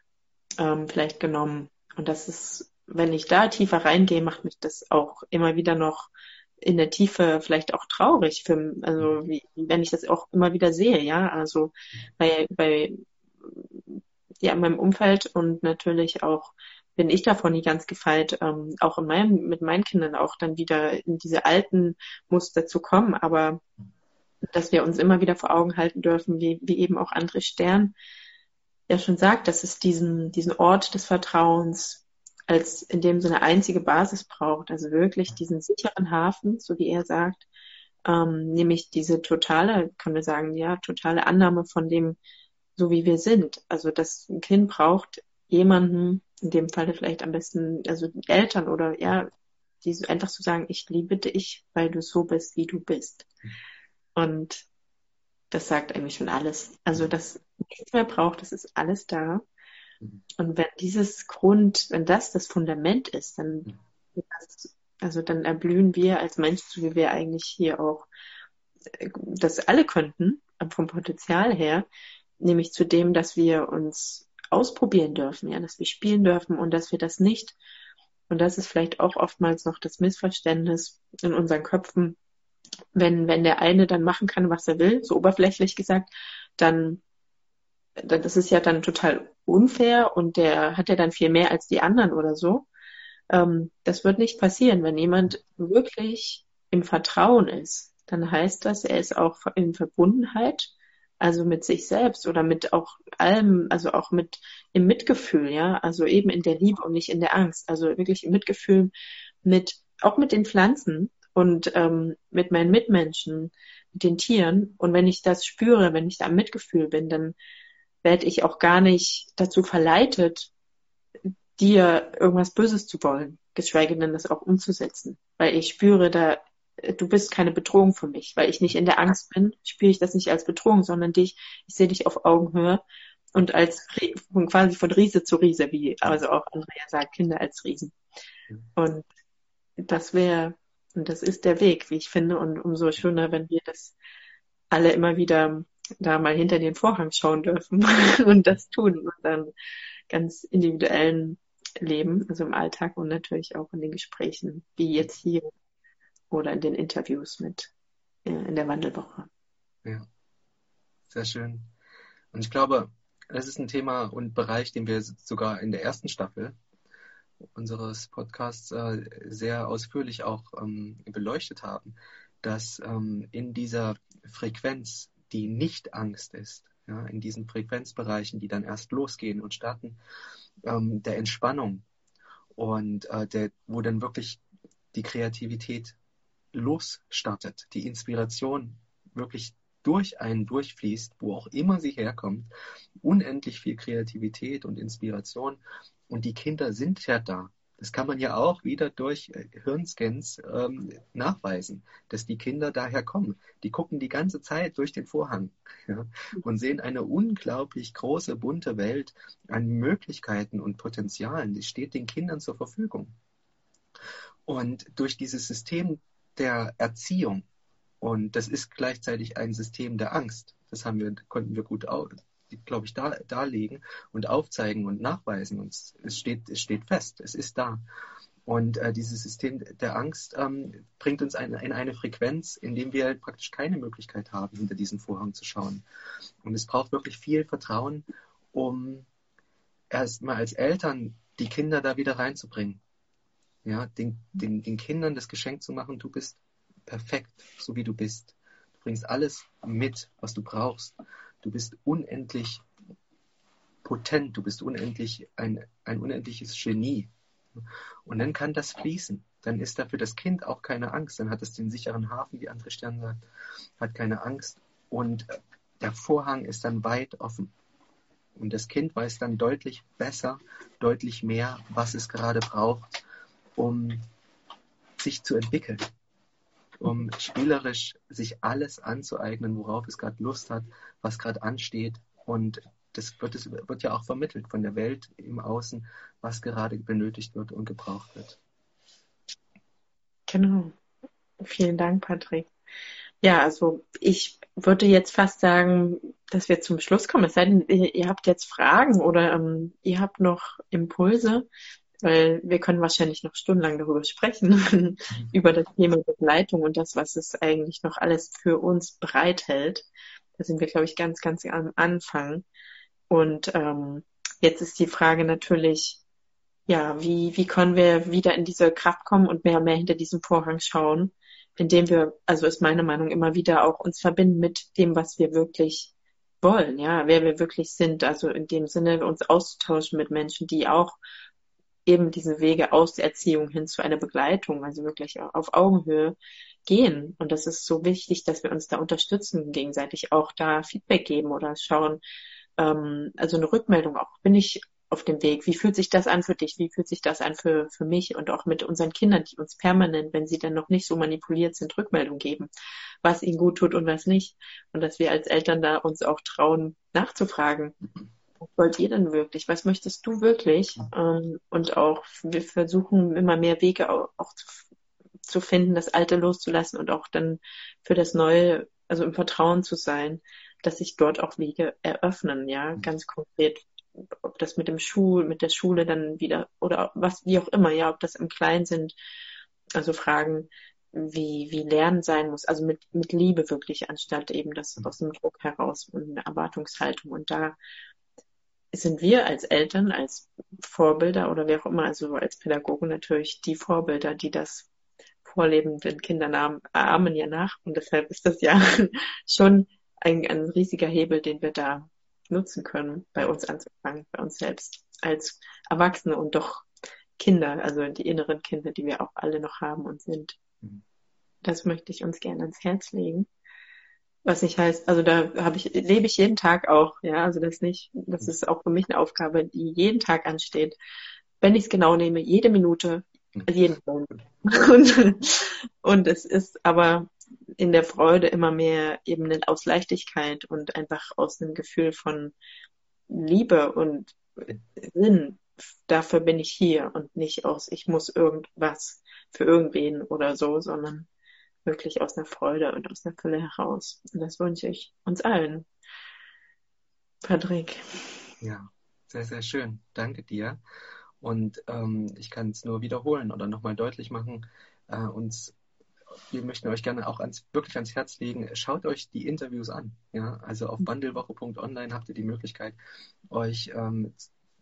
ähm, vielleicht genommen. Und das ist, wenn ich da tiefer reingehe, macht mich das auch immer wieder noch in der Tiefe vielleicht auch traurig, für, also wie, wenn ich das auch immer wieder sehe, ja, also bei, bei ja, in meinem Umfeld und natürlich auch bin ich davon nie ganz gefeit, ähm, auch in meinem, mit meinen Kindern auch dann wieder in diese alten Muster zu kommen, aber dass wir uns immer wieder vor Augen halten dürfen, wie, wie eben auch André Stern ja schon sagt, dass es diesen, diesen Ort des Vertrauens als in dem Sinne einzige Basis braucht, also wirklich diesen sicheren Hafen, so wie er sagt, ähm, nämlich diese totale, können wir sagen, ja, totale Annahme von dem, so wie wir sind. Also das ein Kind braucht jemanden, in dem Falle vielleicht am besten, also die Eltern oder ja, die so einfach zu sagen, ich liebe dich, weil du so bist, wie du bist. Und das sagt eigentlich schon alles. Also das nichts mehr braucht, das ist alles da. Und wenn dieses Grund, wenn das das Fundament ist, dann also dann erblühen wir als Menschen, so wie wir eigentlich hier auch das alle könnten, vom Potenzial her, nämlich zu dem, dass wir uns ausprobieren dürfen, ja, dass wir spielen dürfen und dass wir das nicht, und das ist vielleicht auch oftmals noch das Missverständnis in unseren Köpfen, wenn, wenn der eine dann machen kann, was er will, so oberflächlich gesagt, dann, dann das ist ja dann total unfair und der hat ja dann viel mehr als die anderen oder so. Ähm, das wird nicht passieren. Wenn jemand wirklich im Vertrauen ist, dann heißt das, er ist auch in Verbundenheit, also mit sich selbst oder mit auch allem, also auch mit im Mitgefühl, ja, also eben in der Liebe und nicht in der Angst. Also wirklich im Mitgefühl mit, auch mit den Pflanzen und ähm, mit meinen Mitmenschen, mit den Tieren. Und wenn ich das spüre, wenn ich da im Mitgefühl bin, dann werde ich auch gar nicht dazu verleitet, dir irgendwas Böses zu wollen, geschweige denn das auch umzusetzen. Weil ich spüre da, du bist keine Bedrohung für mich. Weil ich nicht in der Angst bin, spüre ich das nicht als Bedrohung, sondern dich, ich sehe dich auf Augenhöhe und als von quasi von Riese zu Riese, wie also auch Andrea sagt, Kinder als Riesen. Und das wäre, und das ist der Weg, wie ich finde, und umso schöner, wenn wir das alle immer wieder da mal hinter den Vorhang schauen dürfen und das tun und dann ganz individuellen Leben, also im Alltag und natürlich auch in den Gesprächen, wie jetzt hier oder in den Interviews mit äh, in der Wandelwoche. Ja, sehr schön. Und ich glaube, das ist ein Thema und Bereich, den wir sogar in der ersten Staffel unseres Podcasts äh, sehr ausführlich auch ähm, beleuchtet haben, dass ähm, in dieser Frequenz, die nicht Angst ist, ja, in diesen Frequenzbereichen, die dann erst losgehen und starten, ähm, der Entspannung und äh, der, wo dann wirklich die Kreativität losstartet, die Inspiration wirklich durch einen durchfließt, wo auch immer sie herkommt, unendlich viel Kreativität und Inspiration und die Kinder sind ja da. Das kann man ja auch wieder durch Hirnscans ähm, nachweisen, dass die Kinder daher kommen. Die gucken die ganze Zeit durch den Vorhang, ja, und sehen eine unglaublich große, bunte Welt an Möglichkeiten und Potenzialen. Die steht den Kindern zur Verfügung. Und durch dieses System der Erziehung, und das ist gleichzeitig ein System der Angst, das haben wir, konnten wir gut, glaube ich, da, darlegen und aufzeigen und nachweisen. Und es steht, es steht fest, es ist da. Und äh, dieses System der Angst ähm, bringt uns ein, in eine Frequenz, in dem wir praktisch keine Möglichkeit haben, hinter diesen Vorhang zu schauen. Und es braucht wirklich viel Vertrauen, um erstmal als Eltern die Kinder da wieder reinzubringen. Ja, den, den, den Kindern das Geschenk zu machen, du bist perfekt, so wie du bist. Du bringst alles mit, was du brauchst. Du bist unendlich potent, du bist unendlich ein, ein unendliches Genie. Und dann kann das fließen. Dann ist da für das Kind auch keine Angst. Dann hat es den sicheren Hafen, wie André Stern sagt, hat keine Angst. Und der Vorhang ist dann weit offen. Und das Kind weiß dann deutlich besser, deutlich mehr, was es gerade braucht, um sich zu entwickeln, um spielerisch sich alles anzueignen, worauf es gerade Lust hat, was gerade ansteht. Und das wird, das wird ja auch vermittelt von der Welt im Außen, was gerade benötigt wird und gebraucht wird. Genau. Vielen Dank, Patrick. Ja, also ich würde jetzt fast sagen, dass wir zum Schluss kommen. Es sei denn, ihr, ihr habt jetzt Fragen oder ähm, ihr habt noch Impulse, weil wir können wahrscheinlich noch stundenlang darüber sprechen, über das Thema Begleitung und das, was es eigentlich noch alles für uns bereithält. Da sind wir, glaube ich, ganz, ganz am Anfang. Und ähm, jetzt ist die Frage natürlich, ja, wie, wie können wir wieder in diese Kraft kommen und mehr und mehr hinter diesem Vorhang schauen, indem wir, also ist meine Meinung, immer wieder auch uns verbinden mit dem, was wir wirklich wollen, ja, wer wir wirklich sind. Also in dem Sinne, uns auszutauschen mit Menschen, die auch eben diese Wege aus der Erziehung hin zu einer Begleitung, also wirklich auf Augenhöhe gehen. Und das ist so wichtig, dass wir uns da unterstützen, gegenseitig auch da Feedback geben oder schauen, ähm, also eine Rückmeldung auch, bin ich auf dem Weg, wie fühlt sich das an für dich, wie fühlt sich das an für, für mich und auch mit unseren Kindern, die uns permanent, wenn sie dann noch nicht so manipuliert sind, Rückmeldung geben, was ihnen gut tut und was nicht. Und dass wir als Eltern da uns auch trauen, nachzufragen. Was wollt ihr denn wirklich? Was möchtest du wirklich? Ähm, und auch, wir versuchen immer mehr Wege auch, auch zu, zu finden, das Alte loszulassen und auch dann für das Neue, also im Vertrauen zu sein, dass sich dort auch Wege eröffnen, ja, ganz konkret. Ob das mit dem Schul, mit der Schule dann wieder oder was, wie auch immer, ja, ob das im Kleinen sind, also Fragen, wie, wie Lernen sein muss, also mit, mit Liebe wirklich, anstatt eben das aus dem Druck heraus und eine Erwartungshaltung. Und da sind wir als Eltern, als Vorbilder oder wer auch immer, also als Pädagogen natürlich die Vorbilder, die das vorleben, denn Kinder nahmen- ahmen ja nach. Und deshalb ist das ja schon ein, ein riesiger Hebel, den wir da nutzen können, bei uns anzufangen, bei uns selbst als Erwachsene und doch Kinder, also die inneren Kinder, die wir auch alle noch haben und sind. Das möchte ich uns gerne ans Herz legen. Was nicht heißt, also da habe ich, lebe ich jeden Tag auch, ja, also das nicht, das ist auch für mich eine Aufgabe, die jeden Tag ansteht. Wenn ich es genau nehme, jede Minute, jeden Moment. Und, und es ist aber in der Freude immer mehr eben aus Leichtigkeit und einfach aus einem Gefühl von Liebe und Sinn. Dafür bin ich hier und nicht aus, ich muss irgendwas für irgendwen oder so, sondern wirklich aus einer Freude und aus einer Fülle heraus. Und das wünsche ich uns allen. Patrick. Ja, sehr, sehr schön. Danke dir. Und ähm, ich kann es nur wiederholen oder nochmal deutlich machen. Äh, uns, wir möchten euch gerne auch ans, wirklich ans Herz legen. Schaut euch die Interviews an. Ja? Also auf wandelwoche punkt online habt ihr die Möglichkeit, euch ähm,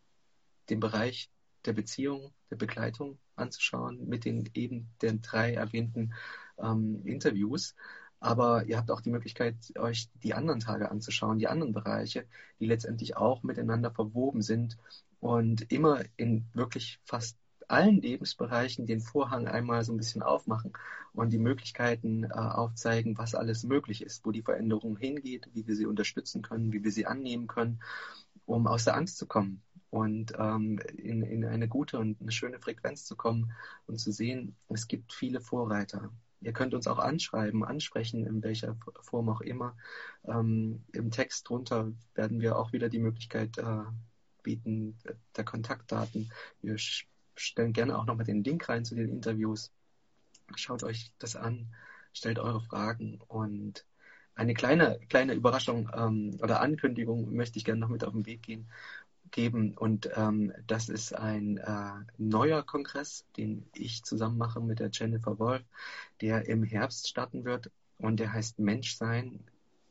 den Bereich der Beziehung, der Begleitung anzuschauen mit den eben den drei erwähnten ähm, Interviews. Aber ihr habt auch die Möglichkeit, euch die anderen Tage anzuschauen, die anderen Bereiche, die letztendlich auch miteinander verwoben sind und immer in wirklich fast allen Lebensbereichen den Vorhang einmal so ein bisschen aufmachen und die Möglichkeiten äh, aufzeigen, was alles möglich ist, wo die Veränderung hingeht, wie wir sie unterstützen können, wie wir sie annehmen können, um aus der Angst zu kommen und ähm, in, in eine gute und eine schöne Frequenz zu kommen und zu sehen, es gibt viele Vorreiter. Ihr könnt uns auch anschreiben, ansprechen, in welcher Form auch immer. Ähm, Im Text drunter werden wir auch wieder die Möglichkeit äh, bieten, der Kontaktdaten. Wir stellen gerne auch nochmal den Link rein zu den Interviews. Schaut euch das an, stellt eure Fragen und eine kleine, kleine Überraschung ähm, oder Ankündigung möchte ich gerne noch mit auf den Weg gehen, geben. Und ähm, das ist ein äh, neuer Kongress, den ich zusammen mache mit der Jennifer Wolf, der im Herbst starten wird. Und der heißt Menschsein.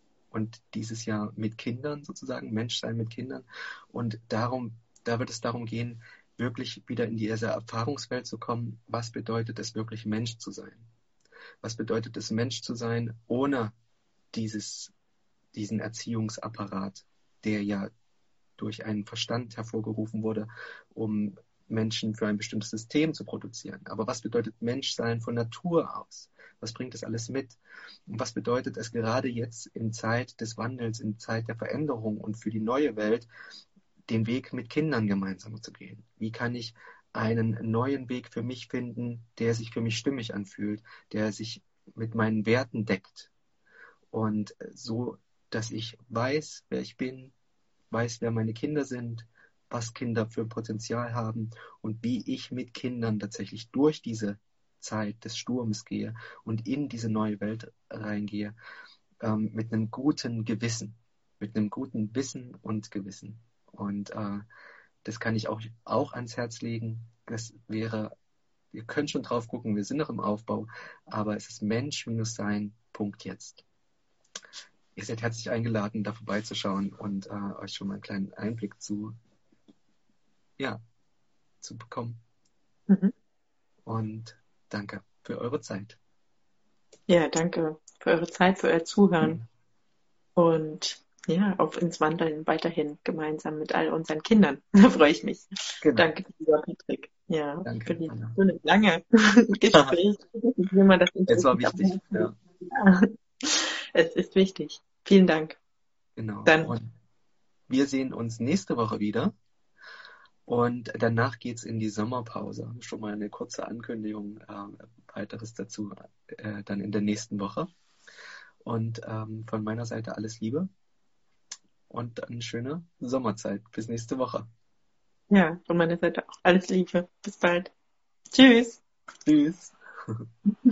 Und dieses Jahr mit Kindern sozusagen, Menschsein mit Kindern. Und darum, da wird es darum gehen, wirklich wieder in diese Erfahrungswelt zu kommen. Was bedeutet es wirklich, Mensch zu sein? Was bedeutet es, Mensch zu sein, ohne dieses, diesen Erziehungsapparat, der ja durch einen Verstand hervorgerufen wurde, um Menschen für ein bestimmtes System zu produzieren. Aber was bedeutet Menschsein von Natur aus? Was bringt das alles mit? Und was bedeutet es gerade jetzt in Zeit des Wandels, in Zeit der Veränderung und für die neue Welt, den Weg mit Kindern gemeinsam zu gehen? Wie kann ich einen neuen Weg für mich finden, der sich für mich stimmig anfühlt, der sich mit meinen Werten deckt? Und so, dass ich weiß, wer ich bin, weiß, wer meine Kinder sind, was Kinder für Potenzial haben und wie ich mit Kindern tatsächlich durch diese Zeit des Sturms gehe und in diese neue Welt reingehe, ähm, mit einem guten Gewissen, mit einem guten Wissen und Gewissen. Und äh, das kann ich auch, auch ans Herz legen. Das wäre, ihr könnt schon drauf gucken, wir sind noch im Aufbau, aber es ist Mensch-Sein, Punkt jetzt. Ihr seid herzlich eingeladen, da vorbeizuschauen und äh, euch schon mal einen kleinen Einblick zu, ja, zu bekommen. Mhm. Und danke für eure Zeit. Ja, danke für eure Zeit, für euer Zuhören. Mhm. Und ja, auf ins Wandeln weiterhin gemeinsam mit all unseren Kindern. Da freue ich mich. Genau. Danke, lieber Patrick. Ja, Danke, für die Anna. schöne, lange Gespräch. Wie man das Es war wichtig. Ja. Ja. Es ist wichtig. Vielen Dank. Genau. Dann. Und wir sehen uns nächste Woche wieder. Und danach geht es in die Sommerpause. Schon mal eine kurze Ankündigung, äh, weiteres dazu äh, dann in der nächsten Woche. Und ähm, von meiner Seite alles Liebe und eine schöne Sommerzeit. Bis nächste Woche. Ja, von meiner Seite auch alles Liebe. Bis bald. Tschüss. Tschüss.